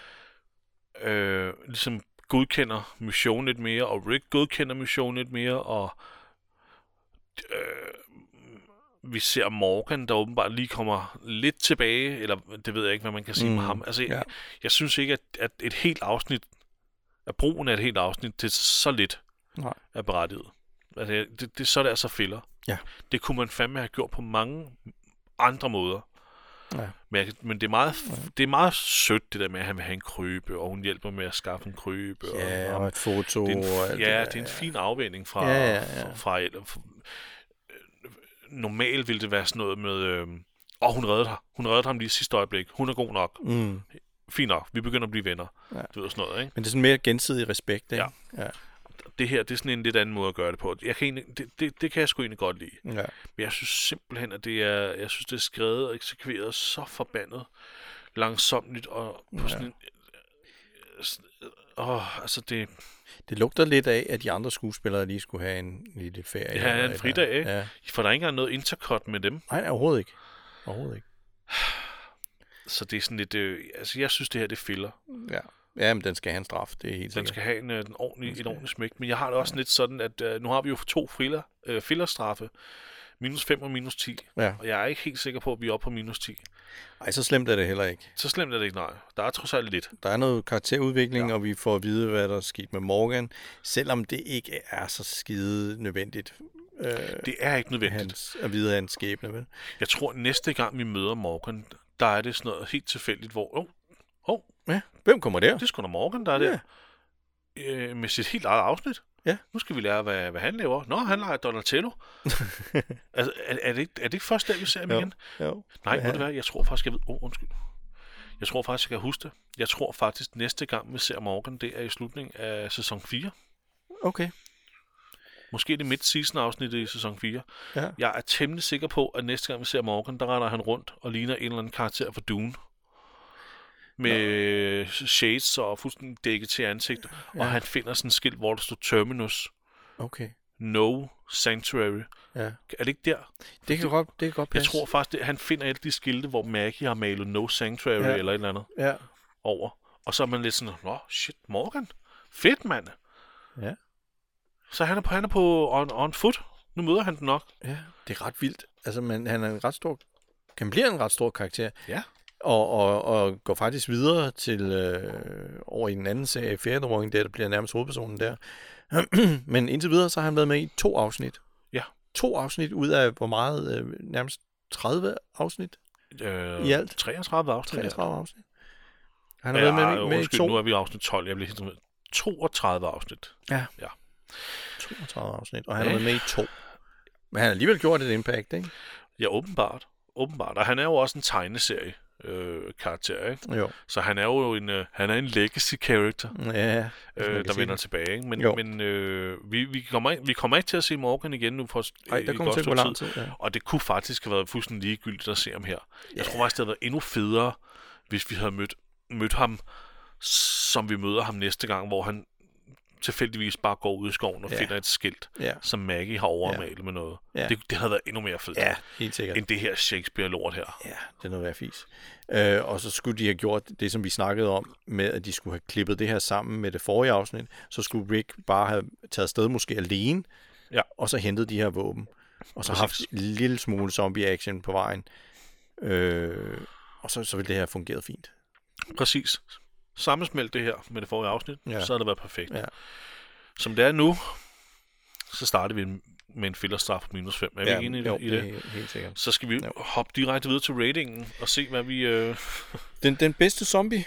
Speaker 1: øh, ligesom godkender missionen lidt mere, og Rick godkender missionen lidt mere, og øh, Vi ser Morgan, der åbenbart lige kommer lidt tilbage, eller det ved jeg ikke, hvad man kan sige mm, med ham. Altså, ja. jeg, jeg synes ikke, at, at et helt afsnit, at brugen af et helt afsnit til så lidt Nej. er berettiget. Altså, det, det, så er det altså filler.
Speaker 2: Ja. Det
Speaker 1: kunne man fandme have gjort på mange andre måder.
Speaker 2: Ja.
Speaker 1: Men, jeg, men det, er meget, ja. det er meget sødt, det der med, at han vil have en krybe, og hun hjælper med at skaffe en krybe.
Speaker 2: Ja,
Speaker 1: og,
Speaker 2: og et foto.
Speaker 1: Det er en,
Speaker 2: og alt
Speaker 1: ja,
Speaker 2: det,
Speaker 1: det er en fin afvending fra...
Speaker 2: Ja, ja, ja.
Speaker 1: fra, fra, fra normalt ville det være sådan noget med... Øh, Åh, oh, hun reddede ham. Hun reddede ham lige i sidste øjeblik. Hun er god nok.
Speaker 2: Mm.
Speaker 1: Fint nok. Vi begynder at blive venner.
Speaker 2: Ja.
Speaker 1: Du ved sådan noget, ikke?
Speaker 2: Men det er sådan mere gensidig respekt, ikke?
Speaker 1: Ja. ja. Det her, det er sådan en lidt anden måde at gøre det på. Jeg kan egentlig, det, det, det kan jeg sgu egentlig godt lide.
Speaker 2: Ja.
Speaker 1: Men jeg synes simpelthen, at det er... Jeg synes, det er skrevet og eksekveret så forbandet langsomligt og på sådan en... Åh, oh, altså det...
Speaker 2: Det lugter lidt af, at de andre skuespillere lige skulle have en lille ferie.
Speaker 1: Ja, en fridag, ikke? Ja. For der er ikke engang noget intercut med dem.
Speaker 2: Nej, overhovedet ikke. Overhovedet ikke.
Speaker 1: Så det er sådan lidt... Øh, altså, jeg synes, det her, det filler.
Speaker 2: Ja. Ja, men den skal have en straf, det er helt
Speaker 1: Den
Speaker 2: sikkert.
Speaker 1: skal have en, en ordentlig, et ordentligt smæk. Men jeg har det også ja. lidt sådan, at øh, nu har vi jo to filler, øh, fillerstraffe. Minus fem og minus ti.
Speaker 2: Ja.
Speaker 1: Og jeg er ikke helt sikker på, at vi er oppe på minus ti.
Speaker 2: Nej, så slemt er det heller ikke.
Speaker 1: Så slemt er det ikke, nej. Der er trods alt lidt.
Speaker 2: Der er noget karakterudvikling, ja. og vi får at vide, hvad der er sket med Morgan. Selvom det ikke er så skide nødvendigt.
Speaker 1: Øh, det er ikke nødvendigt.
Speaker 2: Hans, at vide af hans skæbne, vel?
Speaker 1: Jeg tror, næste gang vi møder Morgan, der er det sådan noget helt tilfældigt, hvor... Oh, oh,
Speaker 2: ja, hvem kommer der?
Speaker 1: Det er sgu da Morgan, der er
Speaker 2: ja.
Speaker 1: der. Øh, med sit helt eget afsnit.
Speaker 2: Ja.
Speaker 1: Nu skal vi lære, hvad, hvad han laver. Nå, han leger Donatello. altså, er, er, det ikke, er det ikke først der, vi ser ham
Speaker 2: jo.
Speaker 1: igen?
Speaker 2: Jo.
Speaker 1: Nej, ja. Må det være? Jeg tror faktisk, jeg ved... Åh, oh, undskyld. Jeg tror faktisk, jeg kan huske det. Jeg tror faktisk, næste gang, vi ser Morgan, det er i slutningen af sæson fire.
Speaker 2: Okay.
Speaker 1: Måske det midt-season-afsnittet i sæson fire.
Speaker 2: Ja.
Speaker 1: Jeg er temmelig sikker på, at næste gang, vi ser Morgan, der render han rundt og ligner en eller anden karakter fra Dune. Med Nå. shades og fuldstændig dækket til ansigt. Ja. Og han finder sådan en skilt, hvor der står Terminus.
Speaker 2: Okay.
Speaker 1: No Sanctuary.
Speaker 2: Ja.
Speaker 1: Er det ikke der?
Speaker 2: Det kan godt, det kan godt passe.
Speaker 1: Jeg tror faktisk, det, han finder alle de skilte, hvor Maggie har malet No Sanctuary ja. eller et eller andet
Speaker 2: ja.
Speaker 1: over. Og så er man lidt sådan, nå, shit, Morgan. Fedt, mand.
Speaker 2: Ja.
Speaker 1: Så han er på, han er på on, on foot. Nu møder han den nok.
Speaker 2: Ja, det er ret vildt. Altså, man, han er en ret stor... Kan blive en ret stor karakter.
Speaker 1: Ja.
Speaker 2: Og, og, og går faktisk videre til øh, over i den anden serie, Fear the Walking Dead, der bliver nærmest hovedpersonen der. Men indtil videre, så har han været med i to afsnit.
Speaker 1: Ja.
Speaker 2: To afsnit ud af hvor meget? Øh, nærmest tredive afsnit
Speaker 1: øh,
Speaker 2: i alt.
Speaker 1: treogtredive afsnit.
Speaker 2: treogtredive afsnit. Han har
Speaker 1: ja,
Speaker 2: været med, med
Speaker 1: undskyld,
Speaker 2: i to.
Speaker 1: Nu er vi i afsnit tolv. Jeg bliver helt med toogtredive afsnit.
Speaker 2: Ja.
Speaker 1: Ja.
Speaker 2: toogtredive afsnit, og han har været med i to. Men han har alligevel gjort et impact, ikke?
Speaker 1: Ja, åbenbart. Åbenbart. Og han er jo også en tegneserie. Øh, karakter, ikke?
Speaker 2: Jo.
Speaker 1: Så han er jo en, øh, han er en legacy character,
Speaker 2: ja,
Speaker 1: øh, der vender tilbage, ikke? Men, men øh, vi, vi, kommer ikke, vi kommer ikke til at se Morgan igen nu for
Speaker 2: Ej, der kommer til at gå lang tid. Ja.
Speaker 1: Og det kunne faktisk have været fuldstændig ligegyldigt at se ham her. Jeg yeah. tror faktisk, det havde været endnu federe, hvis vi havde mødt, mødt ham, som vi møder ham næste gang, hvor han tilfældigvis bare går ud i skoven og ja. finder et skilt,
Speaker 2: ja.
Speaker 1: som Maggie har overmalet ja. med noget.
Speaker 2: Ja.
Speaker 1: Det, det havde været endnu mere fedt,
Speaker 2: ja, helt sikkert.
Speaker 1: end det her Shakespeare-lort her.
Speaker 2: Ja, det er noget værd fis. Øh, og så skulle de have gjort det, som vi snakkede om, med at de skulle have klippet det her sammen med det forrige afsnit. Så skulle Rick bare have taget afsted måske alene,
Speaker 1: ja.
Speaker 2: og så hentet de her våben. Og så haft en lille smule zombie-action på vejen. Øh, og så, så ville det her fungeret fint.
Speaker 1: Præcis. Sammensmelt det her med det forrige afsnit, ja. så havde det været perfekt.
Speaker 2: Ja.
Speaker 1: Som det er nu, så starter vi med en fillerstraf på minus fem. Er vi
Speaker 2: ja,
Speaker 1: ikke enige
Speaker 2: jo,
Speaker 1: i det?
Speaker 2: det er helt sikkert.
Speaker 1: Så skal vi jo. hoppe direkte videre til ratingen og se, hvad vi... Øh...
Speaker 2: Den, den bedste zombie?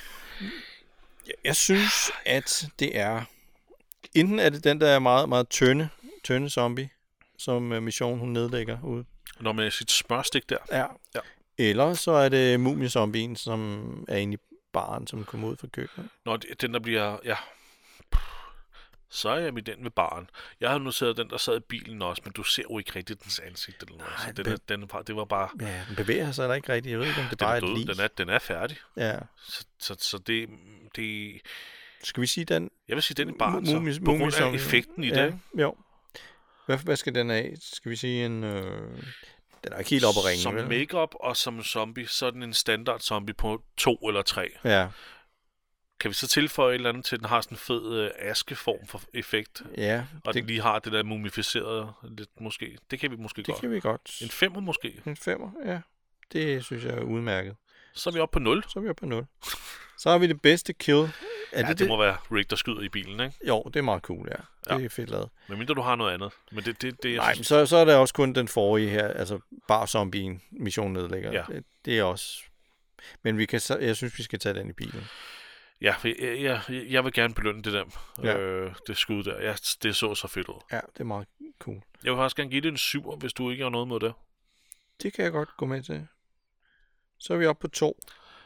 Speaker 2: Jeg synes, at det er... Enten er det den, der er meget, meget tynde, tynde zombie, som uh, Mission hun nedlægger ud.
Speaker 1: Når med sit smørstik der.
Speaker 2: Ja.
Speaker 1: ja.
Speaker 2: Eller så er det mumiezombien, som er inde i baren, som kommer ud fra køkkenet.
Speaker 1: Nå, den der bliver... Ja. Så er jeg med den ved baren. Jeg har noteret den, der sad i bilen også, men du ser jo ikke rigtigt dens ansigt eller noget.
Speaker 2: Nej,
Speaker 1: så den, den, den, det var bare...
Speaker 2: Ja, den bevæger sig da ikke rigtigt. Jeg ved ikke, om det
Speaker 1: den
Speaker 2: bare
Speaker 1: er
Speaker 2: er et lig.
Speaker 1: Den er, den er færdig.
Speaker 2: Ja.
Speaker 1: Så, så, så det, det...
Speaker 2: Skal vi sige den?
Speaker 1: Jeg vil sige den i baren,
Speaker 2: så.
Speaker 1: På grund af effekten i
Speaker 2: ja,
Speaker 1: det.
Speaker 2: Jo. Hvad, hvad skal den af? Skal vi sige en... Øh... Den er ikke helt op at ringe,
Speaker 1: som
Speaker 2: vel?
Speaker 1: Make-up og som zombie, så er den en standard zombie på to eller tre.
Speaker 2: Ja.
Speaker 1: Kan vi så tilføje et eller andet til, at den har sådan en fed øh, askeform for effekt?
Speaker 2: Ja.
Speaker 1: Og
Speaker 2: det,
Speaker 1: den lige har det der mumificerede lidt måske. Det kan vi måske
Speaker 2: det
Speaker 1: godt.
Speaker 2: kan vi godt.
Speaker 1: En femmer måske.
Speaker 2: En femmer, ja. Det synes jeg er udmærket.
Speaker 1: Så er vi oppe på nul.
Speaker 2: Så er vi oppe på nul. Så har vi det bedste kill. Er
Speaker 1: Ja,
Speaker 2: det,
Speaker 1: det, det må være Rick, der skyder i bilen, ikke?
Speaker 2: Jo, det er meget cool, ja. Det
Speaker 1: Ja.
Speaker 2: er fedt lavet.
Speaker 1: Men mindre du har noget andet. Men det, det, det
Speaker 2: Nej, men så, så er der også kun den forrige her, altså bare zombien, mission nedlægger.
Speaker 1: Ja.
Speaker 2: Det, det er også... Men vi kan, så, jeg synes, vi skal tage den i bilen.
Speaker 1: Ja, jeg, jeg, jeg vil gerne belønne det der.
Speaker 2: Ja.
Speaker 1: Øh, det skud der. Ja, det så så fedt ud.
Speaker 2: Ja, det er meget cool.
Speaker 1: Jeg vil faktisk gerne give det en syver, hvis du ikke har noget mod det.
Speaker 2: Det kan jeg godt gå med til. Så er vi oppe på to.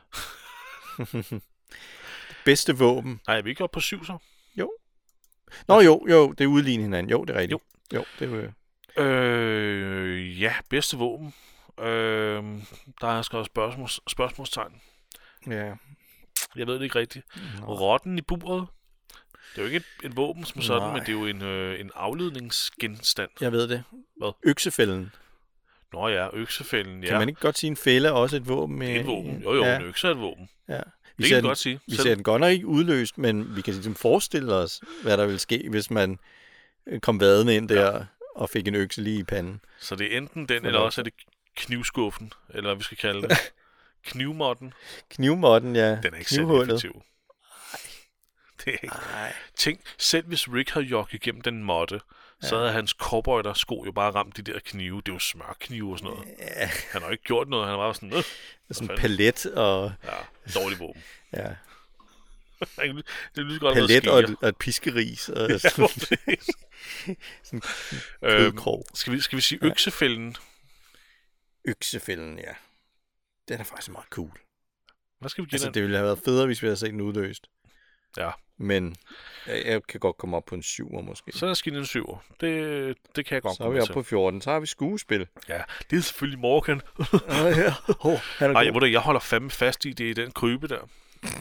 Speaker 2: Bedste våben.
Speaker 1: Nej, er vi ikke oppe på syv så?
Speaker 2: Nå jo, jo, det er udlignet hinanden. Jo, det er rigtigt. Jo, jo det er
Speaker 1: Øh, ja, bedste våben. Øh, der er skrevet spørgsmåls, spørgsmålstegn.
Speaker 2: ja.
Speaker 1: Jeg ved det ikke rigtigt.
Speaker 2: Nå.
Speaker 1: Rotten i buret. Det er jo ikke et, et våben som sådan,
Speaker 2: Nej.
Speaker 1: men det er jo en, øh, en afledningsgenstand.
Speaker 2: Jeg ved det.
Speaker 1: Hvad?
Speaker 2: Øksefælden.
Speaker 1: Nå ja, øksefælden, ja.
Speaker 2: Kan man ikke godt sige, en fælde er også et våben? Med,
Speaker 1: Det er et våben. Jo jo,
Speaker 2: ja,
Speaker 1: en økse er et våben.
Speaker 2: ja. Vi
Speaker 1: Det
Speaker 2: ser
Speaker 1: kan vi
Speaker 2: den,
Speaker 1: godt sige.
Speaker 2: Vi
Speaker 1: Selv-
Speaker 2: ser den godt nok ikke udløst, men vi kan ligesom forestille os, hvad der ville ske, hvis man øh, kom vadende ind der ja. og fik en økse lige i panden.
Speaker 1: Så det er enten den,
Speaker 2: For
Speaker 1: eller
Speaker 2: nok.
Speaker 1: også er det knivskuffen, eller hvad vi skal kalde det. Knivmotten.
Speaker 2: Knivmotten, ja.
Speaker 1: Den er ikke særlig
Speaker 2: Knivhullet.
Speaker 1: effektiv. Det er ikke.
Speaker 2: Nej.
Speaker 1: Tænk, selv hvis Rick havde jogget igennem den måtte, så
Speaker 2: Ja.
Speaker 1: havde hans cowboy sko jo bare ramt de der knive. Det er jo smørknive og sådan noget.
Speaker 2: Ja,
Speaker 1: Han har jo ikke gjort noget. Han har bare sådan, øh,
Speaker 2: sådan en
Speaker 1: fanden?
Speaker 2: palet og...
Speaker 1: ja, dårlig våben.
Speaker 2: Ja,
Speaker 1: det lyder godt
Speaker 2: palet
Speaker 1: at
Speaker 2: og
Speaker 1: være
Speaker 2: et, og et piskeris og
Speaker 1: Ja,
Speaker 2: sådan,
Speaker 1: præcis.
Speaker 2: sådan
Speaker 1: Øhm,
Speaker 2: kødkrog.
Speaker 1: skal, vi, skal vi sige øksefælden?
Speaker 2: Øksefælden, ja. Den er faktisk meget cool.
Speaker 1: Hvad skal vi give
Speaker 2: Altså,
Speaker 1: den?
Speaker 2: det ville have været federe, hvis vi havde set den udløst.
Speaker 1: Ja.
Speaker 2: Men jeg, jeg kan godt komme op på en syver måske.
Speaker 1: Så er der skidt en syver. Det, det kan jeg godt
Speaker 2: Så er vi
Speaker 1: komme
Speaker 2: oppe
Speaker 1: til.
Speaker 2: på fjorten. Så har vi skuespil.
Speaker 1: Ja, det er selvfølgelig Morgan.
Speaker 2: Åh, ja. Oh, han er
Speaker 1: Ej,
Speaker 2: god.
Speaker 1: jeg, jeg holder fandme fast i det i den krybe der.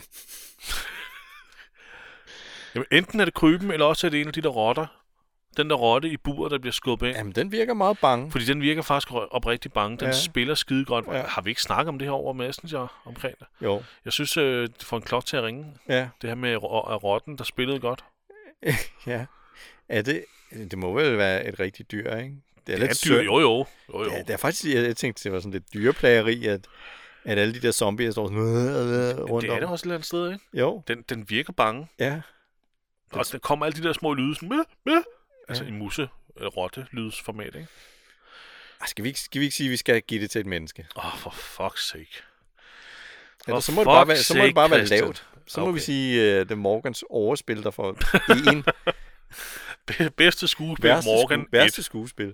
Speaker 1: Jamen, enten er det kryben, eller også er det en af de der rotter. Den der rotte i buret, der bliver skubbet ind.
Speaker 2: Jamen, den virker meget bange.
Speaker 1: Fordi den virker faktisk oprigtigt bange. Den
Speaker 2: Ja.
Speaker 1: spiller skide godt.
Speaker 2: Ja.
Speaker 1: Har vi ikke snakket om det her over Messenger omkring det?
Speaker 2: Jo,
Speaker 1: Jeg synes, øh, det får en klok til at ringe.
Speaker 2: ja.
Speaker 1: Det her med ro- at rotten, der spillede godt.
Speaker 2: ja. Er det, det må vel være et rigtigt dyr, ikke? Det er
Speaker 1: Det er
Speaker 2: lidt
Speaker 1: dyr.
Speaker 2: synd.
Speaker 1: Jo, jo. jo, jo.
Speaker 2: Ja, det er faktisk, jeg, jeg tænkte, det var sådan lidt dyreplageri, at, at alle de der zombier står sådan øh, øh, rundt
Speaker 1: det er
Speaker 2: om.
Speaker 1: det også et eller andet sted, ikke?
Speaker 2: Jo,
Speaker 1: Den, den virker bange.
Speaker 2: ja.
Speaker 1: Og der kommer alle de der små lyde, sådan, mæ, mæ. Altså
Speaker 2: Ja.
Speaker 1: i musse eller rotte lydsformat, ikke?
Speaker 2: Ej, Skal vi, ikke, skal vi ikke sige, at vi skal give det til et menneske?
Speaker 1: Åh, oh, for fuck's sake.
Speaker 2: Eller,
Speaker 1: For
Speaker 2: så må det bare være, så må
Speaker 1: fuck's
Speaker 2: det bare
Speaker 1: sake,
Speaker 2: være
Speaker 1: Christian.
Speaker 2: lavt. Så må
Speaker 1: Okay.
Speaker 2: vi sige, at uh, det er Morgans overspil, der får en
Speaker 1: Be- Bedste skuespil,
Speaker 2: værste,
Speaker 1: Morgan.
Speaker 2: sku, værste
Speaker 1: et.
Speaker 2: skuespil.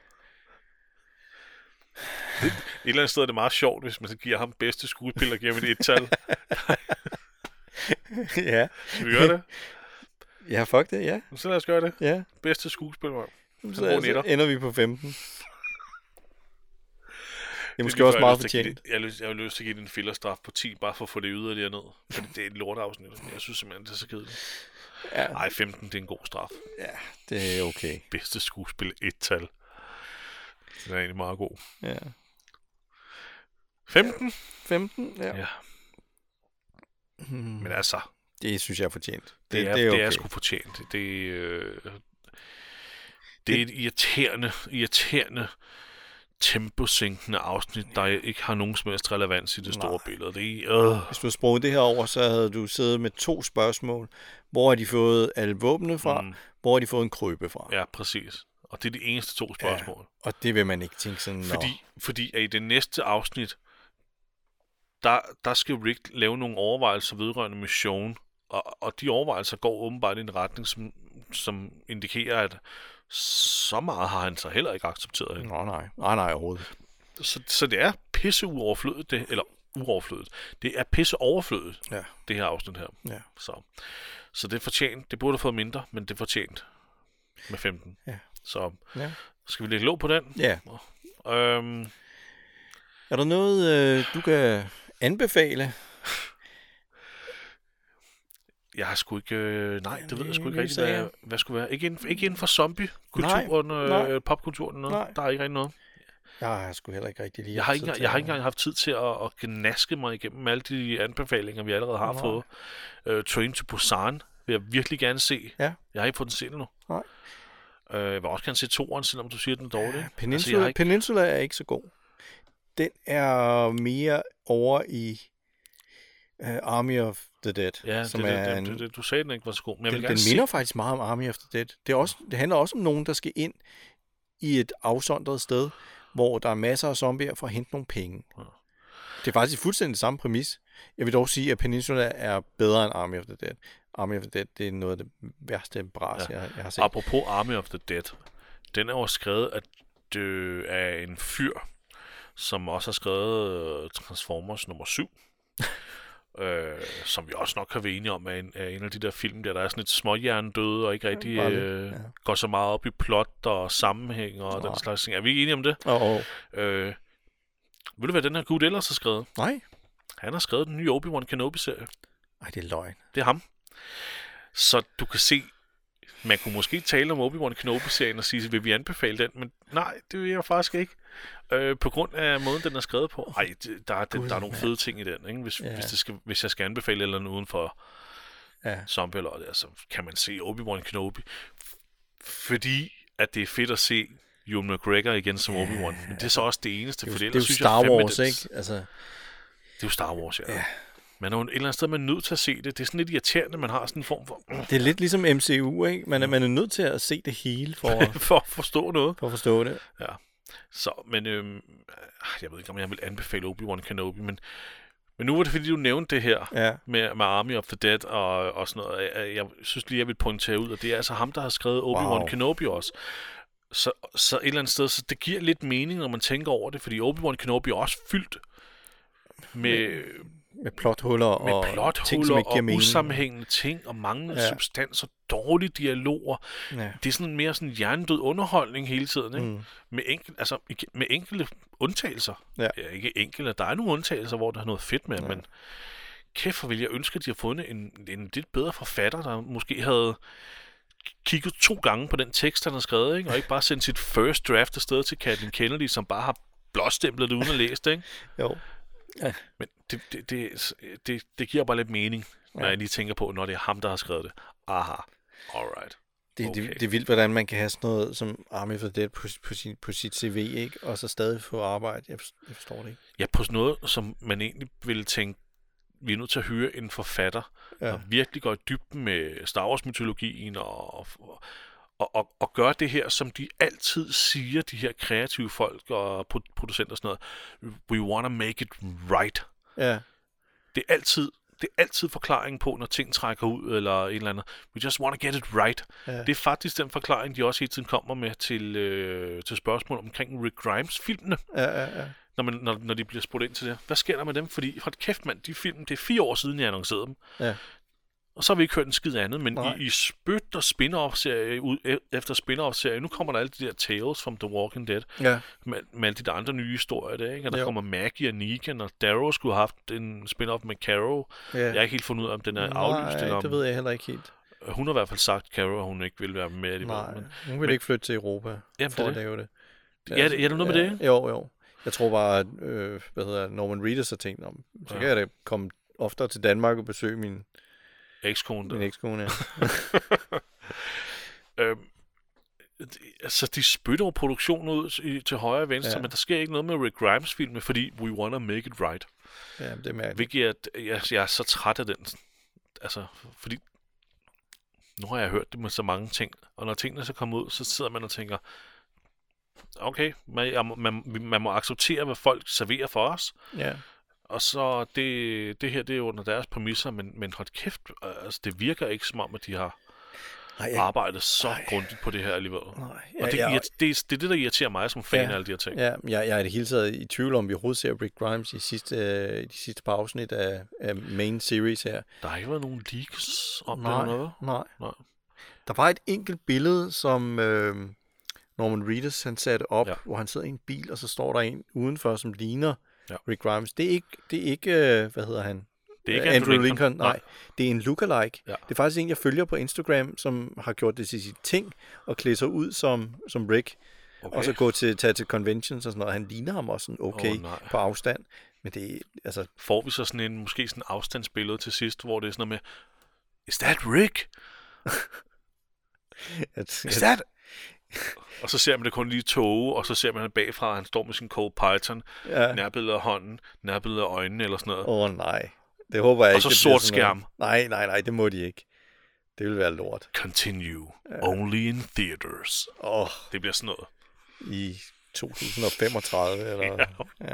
Speaker 1: Et eller andet sted er det meget sjovt, hvis man så giver ham bedste skuespil og giver ham et et-tal.
Speaker 2: ja.
Speaker 1: Skal vi gøre det?
Speaker 2: ja, fuck det, ja.
Speaker 1: Så lad os gøre det.
Speaker 2: ja.
Speaker 1: Bedste skuespil, mand.
Speaker 2: Så,
Speaker 1: får en
Speaker 2: så
Speaker 1: etter.
Speaker 2: ender vi på femten. Det er måske
Speaker 1: lige
Speaker 2: også
Speaker 1: før,
Speaker 2: meget
Speaker 1: jeg har lyst til at give
Speaker 2: fortjent.
Speaker 1: det- Jeg har lyst- jeg har lyst til at give det en fillerstraf på ti, bare for at få det yderligere ned. Fordi det er et lorteafsnit. Jeg synes simpelthen, det er så kedeligt.
Speaker 2: Ja,
Speaker 1: Ej, femten, det er en god straf.
Speaker 2: ja, det er okay.
Speaker 1: Bedste skuespil, et-tal. Den er egentlig meget god.
Speaker 2: Ja.
Speaker 1: femten?
Speaker 2: femten, ja.
Speaker 1: Ja.
Speaker 2: Hmm.
Speaker 1: Men altså,
Speaker 2: Det synes jeg er fortjent. Det,
Speaker 1: det er,
Speaker 2: det er okay.
Speaker 1: det er sgu fortjent. Det, øh, det er et irriterende, irriterende temposænkende afsnit, der ikke har nogen som helst relevans i det store
Speaker 2: Nej.
Speaker 1: billede. Det er, øh.
Speaker 2: Hvis du havde sprunget det her over, så havde du siddet med to spørgsmål. Hvor har de fået alle våbnene fra?
Speaker 1: Mm.
Speaker 2: Hvor har de fået en krøbe fra?
Speaker 1: Ja, præcis. Og det er de eneste to spørgsmål.
Speaker 2: Og det vil man ikke tænke sådan, nå.
Speaker 1: Fordi, fordi at i det næste afsnit, der, der skal Rick lave nogle overvejelser vedrørende mission, og, og de overvejelser går åbenbart i en retning, som, som indikerer, at så meget har han så heller ikke accepteret.
Speaker 2: Nå, nej. Nej, nej, overhovedet.
Speaker 1: Så, så det er pisse uoverflødigt, det, eller uoverflødigt. Det er pisse overflødigt,
Speaker 2: Ja.
Speaker 1: det her afsnit her.
Speaker 2: Ja.
Speaker 1: Så, så det er fortjent. Det burde have fået mindre, men det er fortjent med femten.
Speaker 2: Ja.
Speaker 1: Så
Speaker 2: Ja.
Speaker 1: skal vi lægge låg på den?
Speaker 2: Ja.
Speaker 1: Øhm,
Speaker 2: Er der noget, øh, du kan anbefale?
Speaker 1: Jeg har sgu ikke... Øh, nej, det ved jeg sgu ikke
Speaker 2: vi
Speaker 1: rigtigt,
Speaker 2: sagde-
Speaker 1: hvad, hvad skulle være. Ikke inden, ikke inden for zombie-kulturen,
Speaker 2: Nej, nej.
Speaker 1: øh, popkulturen, noget.
Speaker 2: Nej.
Speaker 1: Der er ikke rigtig noget.
Speaker 2: Jeg har sgu heller ikke rigtig lige
Speaker 1: Jeg har ikke,
Speaker 2: tid
Speaker 1: engang,
Speaker 2: til
Speaker 1: jeg har
Speaker 2: at-
Speaker 1: ikke engang haft tid til at, at gnaske mig igennem alle de anbefalinger, vi allerede har
Speaker 2: Nej.
Speaker 1: fået. Uh, Train to Busan vil jeg virkelig gerne se.
Speaker 2: Ja.
Speaker 1: Jeg har ikke fået den set endnu.
Speaker 2: Nej.
Speaker 1: Uh, jeg vil også gerne se toeren, selvom du siger, den er dårlig.
Speaker 2: Ja,
Speaker 1: Altså,
Speaker 2: Peninsula,
Speaker 1: jeg har ikke...
Speaker 2: Peninsula er ikke så god. Den er mere over i uh, Army of the Dead,
Speaker 1: Ja,
Speaker 2: som
Speaker 1: det,
Speaker 2: er
Speaker 1: det,
Speaker 2: en,
Speaker 1: det, det, du sagde, den ikke var så god, men jeg vil
Speaker 2: den,
Speaker 1: gerne
Speaker 2: den
Speaker 1: se...
Speaker 2: minder faktisk meget om Army of the Dead. Det, er også, det handler også om nogen, der skal ind i et afsondret sted, hvor der er masser af zombier for at hente nogle penge.
Speaker 1: Ja.
Speaker 2: Det er faktisk fuldstændig samme præmis. Jeg vil dog sige, at Peninsula er bedre end Army of the Dead. Army of the Dead, det er noget af det værste bras, ja. jeg, jeg har set.
Speaker 1: Apropos Army of the Dead, den er jo skrevet af, øh, af en fyr, som også har skrevet øh, Transformers nummer syv. øh, som vi også nok kan være enige om, er en, er en af de der film, der, der er sådan et småhjernedøde, og ikke rigtig
Speaker 2: Bare lidt,
Speaker 1: øh,
Speaker 2: ja.
Speaker 1: går så meget op i plot og sammenhæng og
Speaker 2: Nej.
Speaker 1: den slags ting. Er vi ikke enige om det?
Speaker 2: Og, og,
Speaker 1: Øh, ved du, hvad den her gut ellers har skrevet?
Speaker 2: nej,
Speaker 1: Han har skrevet den nye Obi-Wan Kenobi-serie.
Speaker 2: ej, det er løgn.
Speaker 1: Det er ham. Så du kan se, man kunne måske tale om Obi-Wan Kenobi-serien og sige, vil vi anbefale den? Men nej, det vil jeg faktisk ikke. Øh, på grund af måden, den er skrevet på. Ej, det, der, er, den, der er nogle fede ting i den. Ikke? Hvis,
Speaker 2: Ja.
Speaker 1: hvis, det skal, hvis jeg skal anbefale et eller andet uden for
Speaker 2: Ja.
Speaker 1: zombie eller det, så kan man se Obi-Wan Kenobi. F- fordi at det er fedt at se Ewan McGregor igen som Obi-Wan. Men det er så også det eneste.
Speaker 2: Det er
Speaker 1: for
Speaker 2: jo,
Speaker 1: ellers
Speaker 2: det er jo
Speaker 1: synes
Speaker 2: Star
Speaker 1: jeg fandme,
Speaker 2: Wars,
Speaker 1: den-
Speaker 2: ikke? Altså,
Speaker 1: Det er jo Star Wars, ja.
Speaker 2: Ja.
Speaker 1: Man er jo et eller andet sted, man er nødt til at se det. Det er sådan lidt irriterende, man har sådan en form for...
Speaker 2: det er lidt ligesom M C U, ikke? Man er, man er nødt til at se det hele for, at-
Speaker 1: for at forstå noget.
Speaker 2: for at forstå det.
Speaker 1: Ja. Så, men øhm, jeg ved ikke, om jeg vil anbefale Obi-Wan Kenobi, men, men nu var det, fordi du nævnte det her
Speaker 2: Ja.
Speaker 1: med, med Army of the Dead og, og sådan noget. Jeg, jeg synes lige, jeg vil pointere ud, og det er altså ham, der har skrevet Obi-Wan
Speaker 2: Wow.
Speaker 1: Kenobi også. Så, så et eller andet sted, så det giver lidt mening, når man tænker over det, fordi Obi-Wan Kenobi er også fyldt med,
Speaker 2: Med plothuller
Speaker 1: med
Speaker 2: og ting, som
Speaker 1: plothuller
Speaker 2: ikke giver
Speaker 1: og
Speaker 2: mening.
Speaker 1: usammenhængende ting og manglende
Speaker 2: Ja.
Speaker 1: substans og dårlige dialoger.
Speaker 2: Ja.
Speaker 1: Det er sådan mere sådan hjernedød underholdning hele tiden, ikke?
Speaker 2: Mm.
Speaker 1: Med, enkel, altså, ikke- med enkelte undtagelser.
Speaker 2: Ja.
Speaker 1: Ja, ikke enkelte. Der er nogle undtagelser, hvor der er noget fedt med,
Speaker 2: Ja.
Speaker 1: men kæft, hvor ville jeg ønske, at de har fundet en, en lidt bedre forfatter, der måske havde kigget to gange på den tekst, han har skrevet, ikke? Og ikke bare sendt sit first draft afsted til Kathleen Kennedy, som bare har blåstemplet det uden at læse det, ikke?
Speaker 2: Jo.
Speaker 1: Men det, det, det, det, det giver bare lidt mening, når
Speaker 2: Ja.
Speaker 1: jeg lige tænker på, når det er ham, der har skrevet det. Aha, alright.
Speaker 2: Det,
Speaker 1: Okay.
Speaker 2: det, det er vildt, hvordan man kan have sådan noget som Army of the Dead på, på, sin, på sit C V, ikke? Og så stadig få arbejde. Jeg forstår, jeg forstår det ikke.
Speaker 1: Ja, på sådan noget, som man egentlig ville tænke, vi er nødt til at hyre en forfatter, ja.
Speaker 2: Ja.
Speaker 1: der virkelig går i dybden med Star Wars-mytologien og, og, og, og, og gør det her, som de altid siger, de her kreative folk og pro- producenter og sådan noget. We wanna make it right.
Speaker 2: Ja.
Speaker 1: Det er altid, det er altid forklaringen på, når ting trækker ud eller et eller andet. We just wanna get it right.
Speaker 2: Ja.
Speaker 1: Det er faktisk den forklaring, de også hele tiden kommer med til, øh, til spørgsmål omkring Rick Grimes-filmene.
Speaker 2: Ja, ja, ja.
Speaker 1: Når, man, når, når de bliver spurgt ind til det. Hvad sker der med dem? Fordi, hold kæft mand, de film, det er fire år siden, jeg annoncerede dem.
Speaker 2: Ja.
Speaker 1: Og så har vi ikke hørt en skid andet, men
Speaker 2: Nej.
Speaker 1: i, i spyt og spin-off-serie, ud, e- efter spin-off-serie, nu kommer der alle de der Tales from the Walking Dead,
Speaker 2: Ja.
Speaker 1: med, med alle de der andre nye historier der, ikke? Og der
Speaker 2: Jo.
Speaker 1: kommer Maggie og Negan, og Darrow skulle have haft en spin-off med Carol.
Speaker 2: Ja.
Speaker 1: Jeg har ikke helt fundet ud af, om den er aflyst, eller
Speaker 2: Nej,
Speaker 1: om...
Speaker 2: det ved jeg heller ikke helt.
Speaker 1: Hun har i hvert fald sagt, Carol, at hun ikke vil være med alligevel.
Speaker 2: Nej,
Speaker 1: Men,
Speaker 2: hun vil
Speaker 1: men-
Speaker 2: ikke flytte til Europa
Speaker 1: Jamen,
Speaker 2: for
Speaker 1: det er
Speaker 2: at
Speaker 1: det.
Speaker 2: lave det.
Speaker 1: ja, det, er der noget med det?
Speaker 2: Jo, jo. Jeg tror bare, at øh, hvad hedder, Norman Reedus har tænkt om, så
Speaker 1: Ja.
Speaker 2: kan jeg da komme oftere til Danmark og besøge min,
Speaker 1: Ekskone
Speaker 2: min
Speaker 1: der.
Speaker 2: ekskone. Ja.
Speaker 1: Øhm, det- altså, de spytter jo produktionen ud i, til højre og venstre,
Speaker 2: Ja.
Speaker 1: ja. men der sker ikke noget med Rick Grimes-filmen, fordi we wanna make it right.
Speaker 2: Ja, det er mærkeligt.
Speaker 1: Hvilket er, at jeg, jeg er så træt af den. Altså, fordi nu har jeg hørt det med så mange ting, og når tingene så kommer ud, så sidder man og tænker, okay, man, jeg, må- man, man må acceptere, hvad folk serverer for os,
Speaker 2: Ja.
Speaker 1: og så det, det her, det er under deres præmisser, men, men hold kæft, altså, det virker ikke som om, at de har
Speaker 2: Ej,
Speaker 1: ja. arbejdet så Ej. grundigt på det her alligevel.
Speaker 2: Nej,
Speaker 1: Og det,
Speaker 2: jeg,
Speaker 1: irrit- det, er- det er det, der irriterer mig som fan
Speaker 2: Ja.
Speaker 1: af alle de her ting.
Speaker 2: ja, jeg, jeg er i det hele taget i tvivl om, vi overhovedet ser Rick Grimes i sidste, øh, de sidste par afsnit af, af main series her.
Speaker 1: Der har ikke været nogen leaks om det
Speaker 2: Nej,
Speaker 1: eller noget.
Speaker 2: nej.
Speaker 1: Nej.
Speaker 2: Der var et enkelt billede, som øh, Norman Reedus han satte op,
Speaker 1: Ja.
Speaker 2: ja. hvor han sidder i en bil, og så står der en udenfor, som ligner
Speaker 1: Ja.
Speaker 2: Rick Grimes. Det er ikke, det er ikke øh, hvad hedder han?
Speaker 1: Det er ikke
Speaker 2: Øh,
Speaker 1: Andrew
Speaker 2: Andrew
Speaker 1: Lincoln.
Speaker 2: Lincoln. Nej.
Speaker 1: Nej.
Speaker 2: Det er en lookalike.
Speaker 1: Ja.
Speaker 2: Det er faktisk en, jeg følger på Instagram, som har gjort det til sit ting, og klæder sig ud som, som Rick. Okay. Og så gå til, tage til conventions og sådan noget. Han ligner ham også sådan okay oh, på afstand. Men det altså...
Speaker 1: Får vi så sådan en, måske sådan en afstandsbillede til sidst, hvor det er sådan noget med, is that Rick?
Speaker 2: at,
Speaker 1: is that... Og så ser man det kun lige tåge, og så ser man han bagfra, han står med sin Colt Python, ja. Nærbillede af hånden, nærbillede af øjnene eller sådan noget.
Speaker 2: Åh oh, nej, det håber jeg
Speaker 1: og
Speaker 2: ikke.
Speaker 1: Og så sort skærm.
Speaker 2: Nej, nej, nej, det må de ikke. Det vil være lort.
Speaker 1: Continue. Ja. Only in theaters.
Speaker 2: Oh.
Speaker 1: Det bliver sådan noget.
Speaker 2: I to tusind femogtredive, eller...
Speaker 1: ja.
Speaker 2: ja.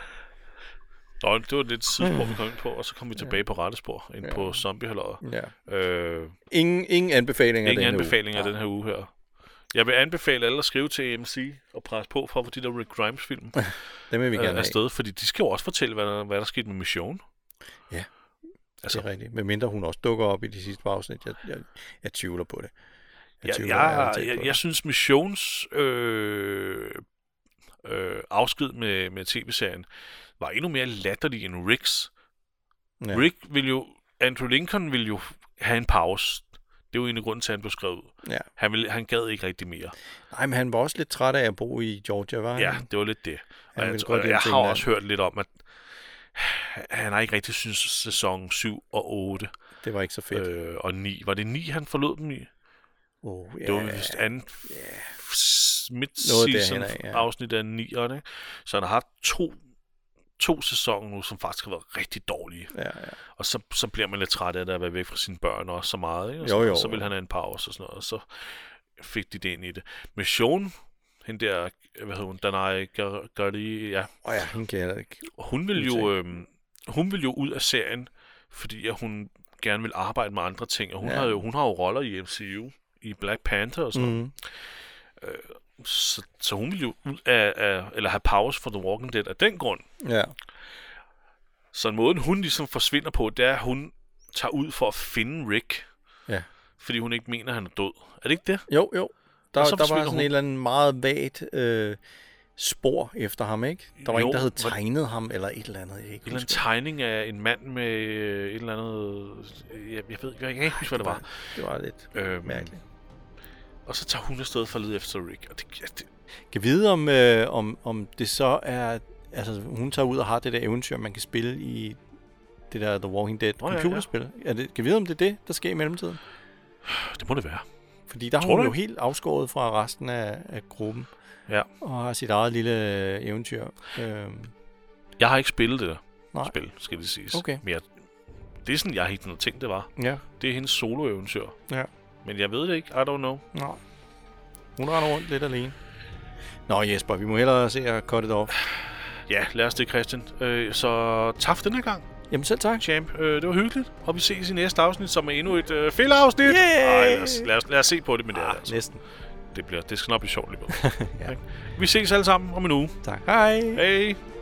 Speaker 1: Nå, det var lidt sidespor, vi kom ind på, og så kom vi tilbage ja. på rette spor, ind ja. på zombie-halløjet.
Speaker 2: Ja.
Speaker 1: Øh,
Speaker 2: ingen, ingen anbefalinger
Speaker 1: ingen
Speaker 2: af den
Speaker 1: anbefalinger
Speaker 2: uge.
Speaker 1: af den her uge her. Jeg vil anbefale alle at skrive til A M C og presse på for, for de der Rick Grimes-film
Speaker 2: dem vil vi gerne
Speaker 1: øh, afsted, fordi de skal jo også fortælle, hvad der, hvad der skete med Mission.
Speaker 2: Ja, altså, det er rigtigt. Medmindre hun også dukker op i de sidste afsnit. Jeg, jeg, jeg tvivler på det.
Speaker 1: Jeg, ja, tvivler, jeg, jeg, jeg, jeg synes, Missions øh, øh, afsked med, med tv-serien var endnu mere latterlig end Ricks. Ja. Rick vil jo... Andrew Lincoln ville jo have en pause. Det var en af grunden til, at han blev skrevet ud.
Speaker 2: Ja.
Speaker 1: Han, ville, han gad ikke rigtig mere.
Speaker 2: Nej, men han var også lidt træt af at bo i Georgia, var han?
Speaker 1: Ja, det var lidt det. Og jeg, tror, jeg har også hørt lidt om, at han har ikke rigtig synes sæson syv og otte.
Speaker 2: Det var ikke så fedt.
Speaker 1: Øh, og ni. Var det ni, han forlod dem i?
Speaker 2: Oh, yeah.
Speaker 1: Det var vist anden
Speaker 2: yeah.
Speaker 1: mid-season ja. afsnit af ni'erne. Så han har haft to to sæsoner nu, som faktisk har været rigtig dårlige.
Speaker 2: Ja, ja.
Speaker 1: Og så, så bliver man lidt træt af det at være væk fra sine børn også så meget. Ikke? Og så,
Speaker 2: jo, jo,
Speaker 1: så vil han have en pause og sådan noget. Og så fik de det ind i det. Mission, hende der, hvad hedder hun, Danai Gardie, ja.
Speaker 2: Åh oh ja, hende kan jeg ikke.
Speaker 1: Hun vil jo, øhm, hun vil jo ud af serien, fordi at hun gerne vil arbejde med andre ting. Og hun, ja. har, jo, hun har jo roller i M C U, i Black Panther og sådan
Speaker 2: mm.
Speaker 1: noget. Øh, Så, så hun ville jo ud af, af, eller have pause for The Walking Dead af den grund.
Speaker 2: Ja.
Speaker 1: Så en måde, hun ligesom forsvinder på, det er, at hun tager ud for at finde Rick.
Speaker 2: Ja.
Speaker 1: Fordi hun ikke mener, at han er død. Er det ikke det?
Speaker 2: Jo, jo. Der, der var sådan
Speaker 1: hun...
Speaker 2: en eller anden meget vagt øh, spor efter ham, ikke? Der var jo, en, der havde tegnet var... ham, eller et eller andet. Jeg ikke
Speaker 1: en eller anden tegning af en mand med øh, et eller andet... Jeg, jeg ved jeg kan ikke huske, hvad det var.
Speaker 2: Det var lidt øhm, mærkeligt.
Speaker 1: Og så tager hun afsted for at lede efter Rick. Og det, det...
Speaker 2: Kan vide, om, øh, om, om det så er... Altså, hun tager ud og har det der eventyr, man kan spille i det der The Walking Dead oh, computerspil. Ja, ja. Er det, kan vide, om det er det, der sker i mellemtiden?
Speaker 1: Det må det være.
Speaker 2: Fordi der har hun jo helt afskåret fra resten af, af gruppen.
Speaker 1: Ja.
Speaker 2: Og har sit eget lille eventyr. Øhm.
Speaker 1: Jeg har ikke spillet det der
Speaker 2: Nej.
Speaker 1: spil, skal det siges.
Speaker 2: Okay.
Speaker 1: Men jeg, det er sådan, jeg har helt noget tænkt, det var.
Speaker 2: Ja.
Speaker 1: Det er hendes solo-eventyr.
Speaker 2: Ja.
Speaker 1: Men jeg ved det ikke. I don't know.
Speaker 2: Nej. Hun render rundt lidt alene. Nå Jesper, vi må hellere se at cut it off.
Speaker 1: Ja, lad os det, Christian. Øh, så tak for den her gang.
Speaker 2: Jamen selv tak.
Speaker 1: Champ, øh, det var hyggeligt. Og vi ses i næste afsnit, som er endnu et øh, fældeafsnit.
Speaker 2: Ej,
Speaker 1: lad, os, lad, os, lad os se på det med det
Speaker 2: ah,
Speaker 1: her. Altså.
Speaker 2: Næsten.
Speaker 1: Det, bliver, det skal nok blive sjovt lige med. Ja. Vi ses alle sammen om en uge.
Speaker 2: Tak. Hej.
Speaker 1: Hej.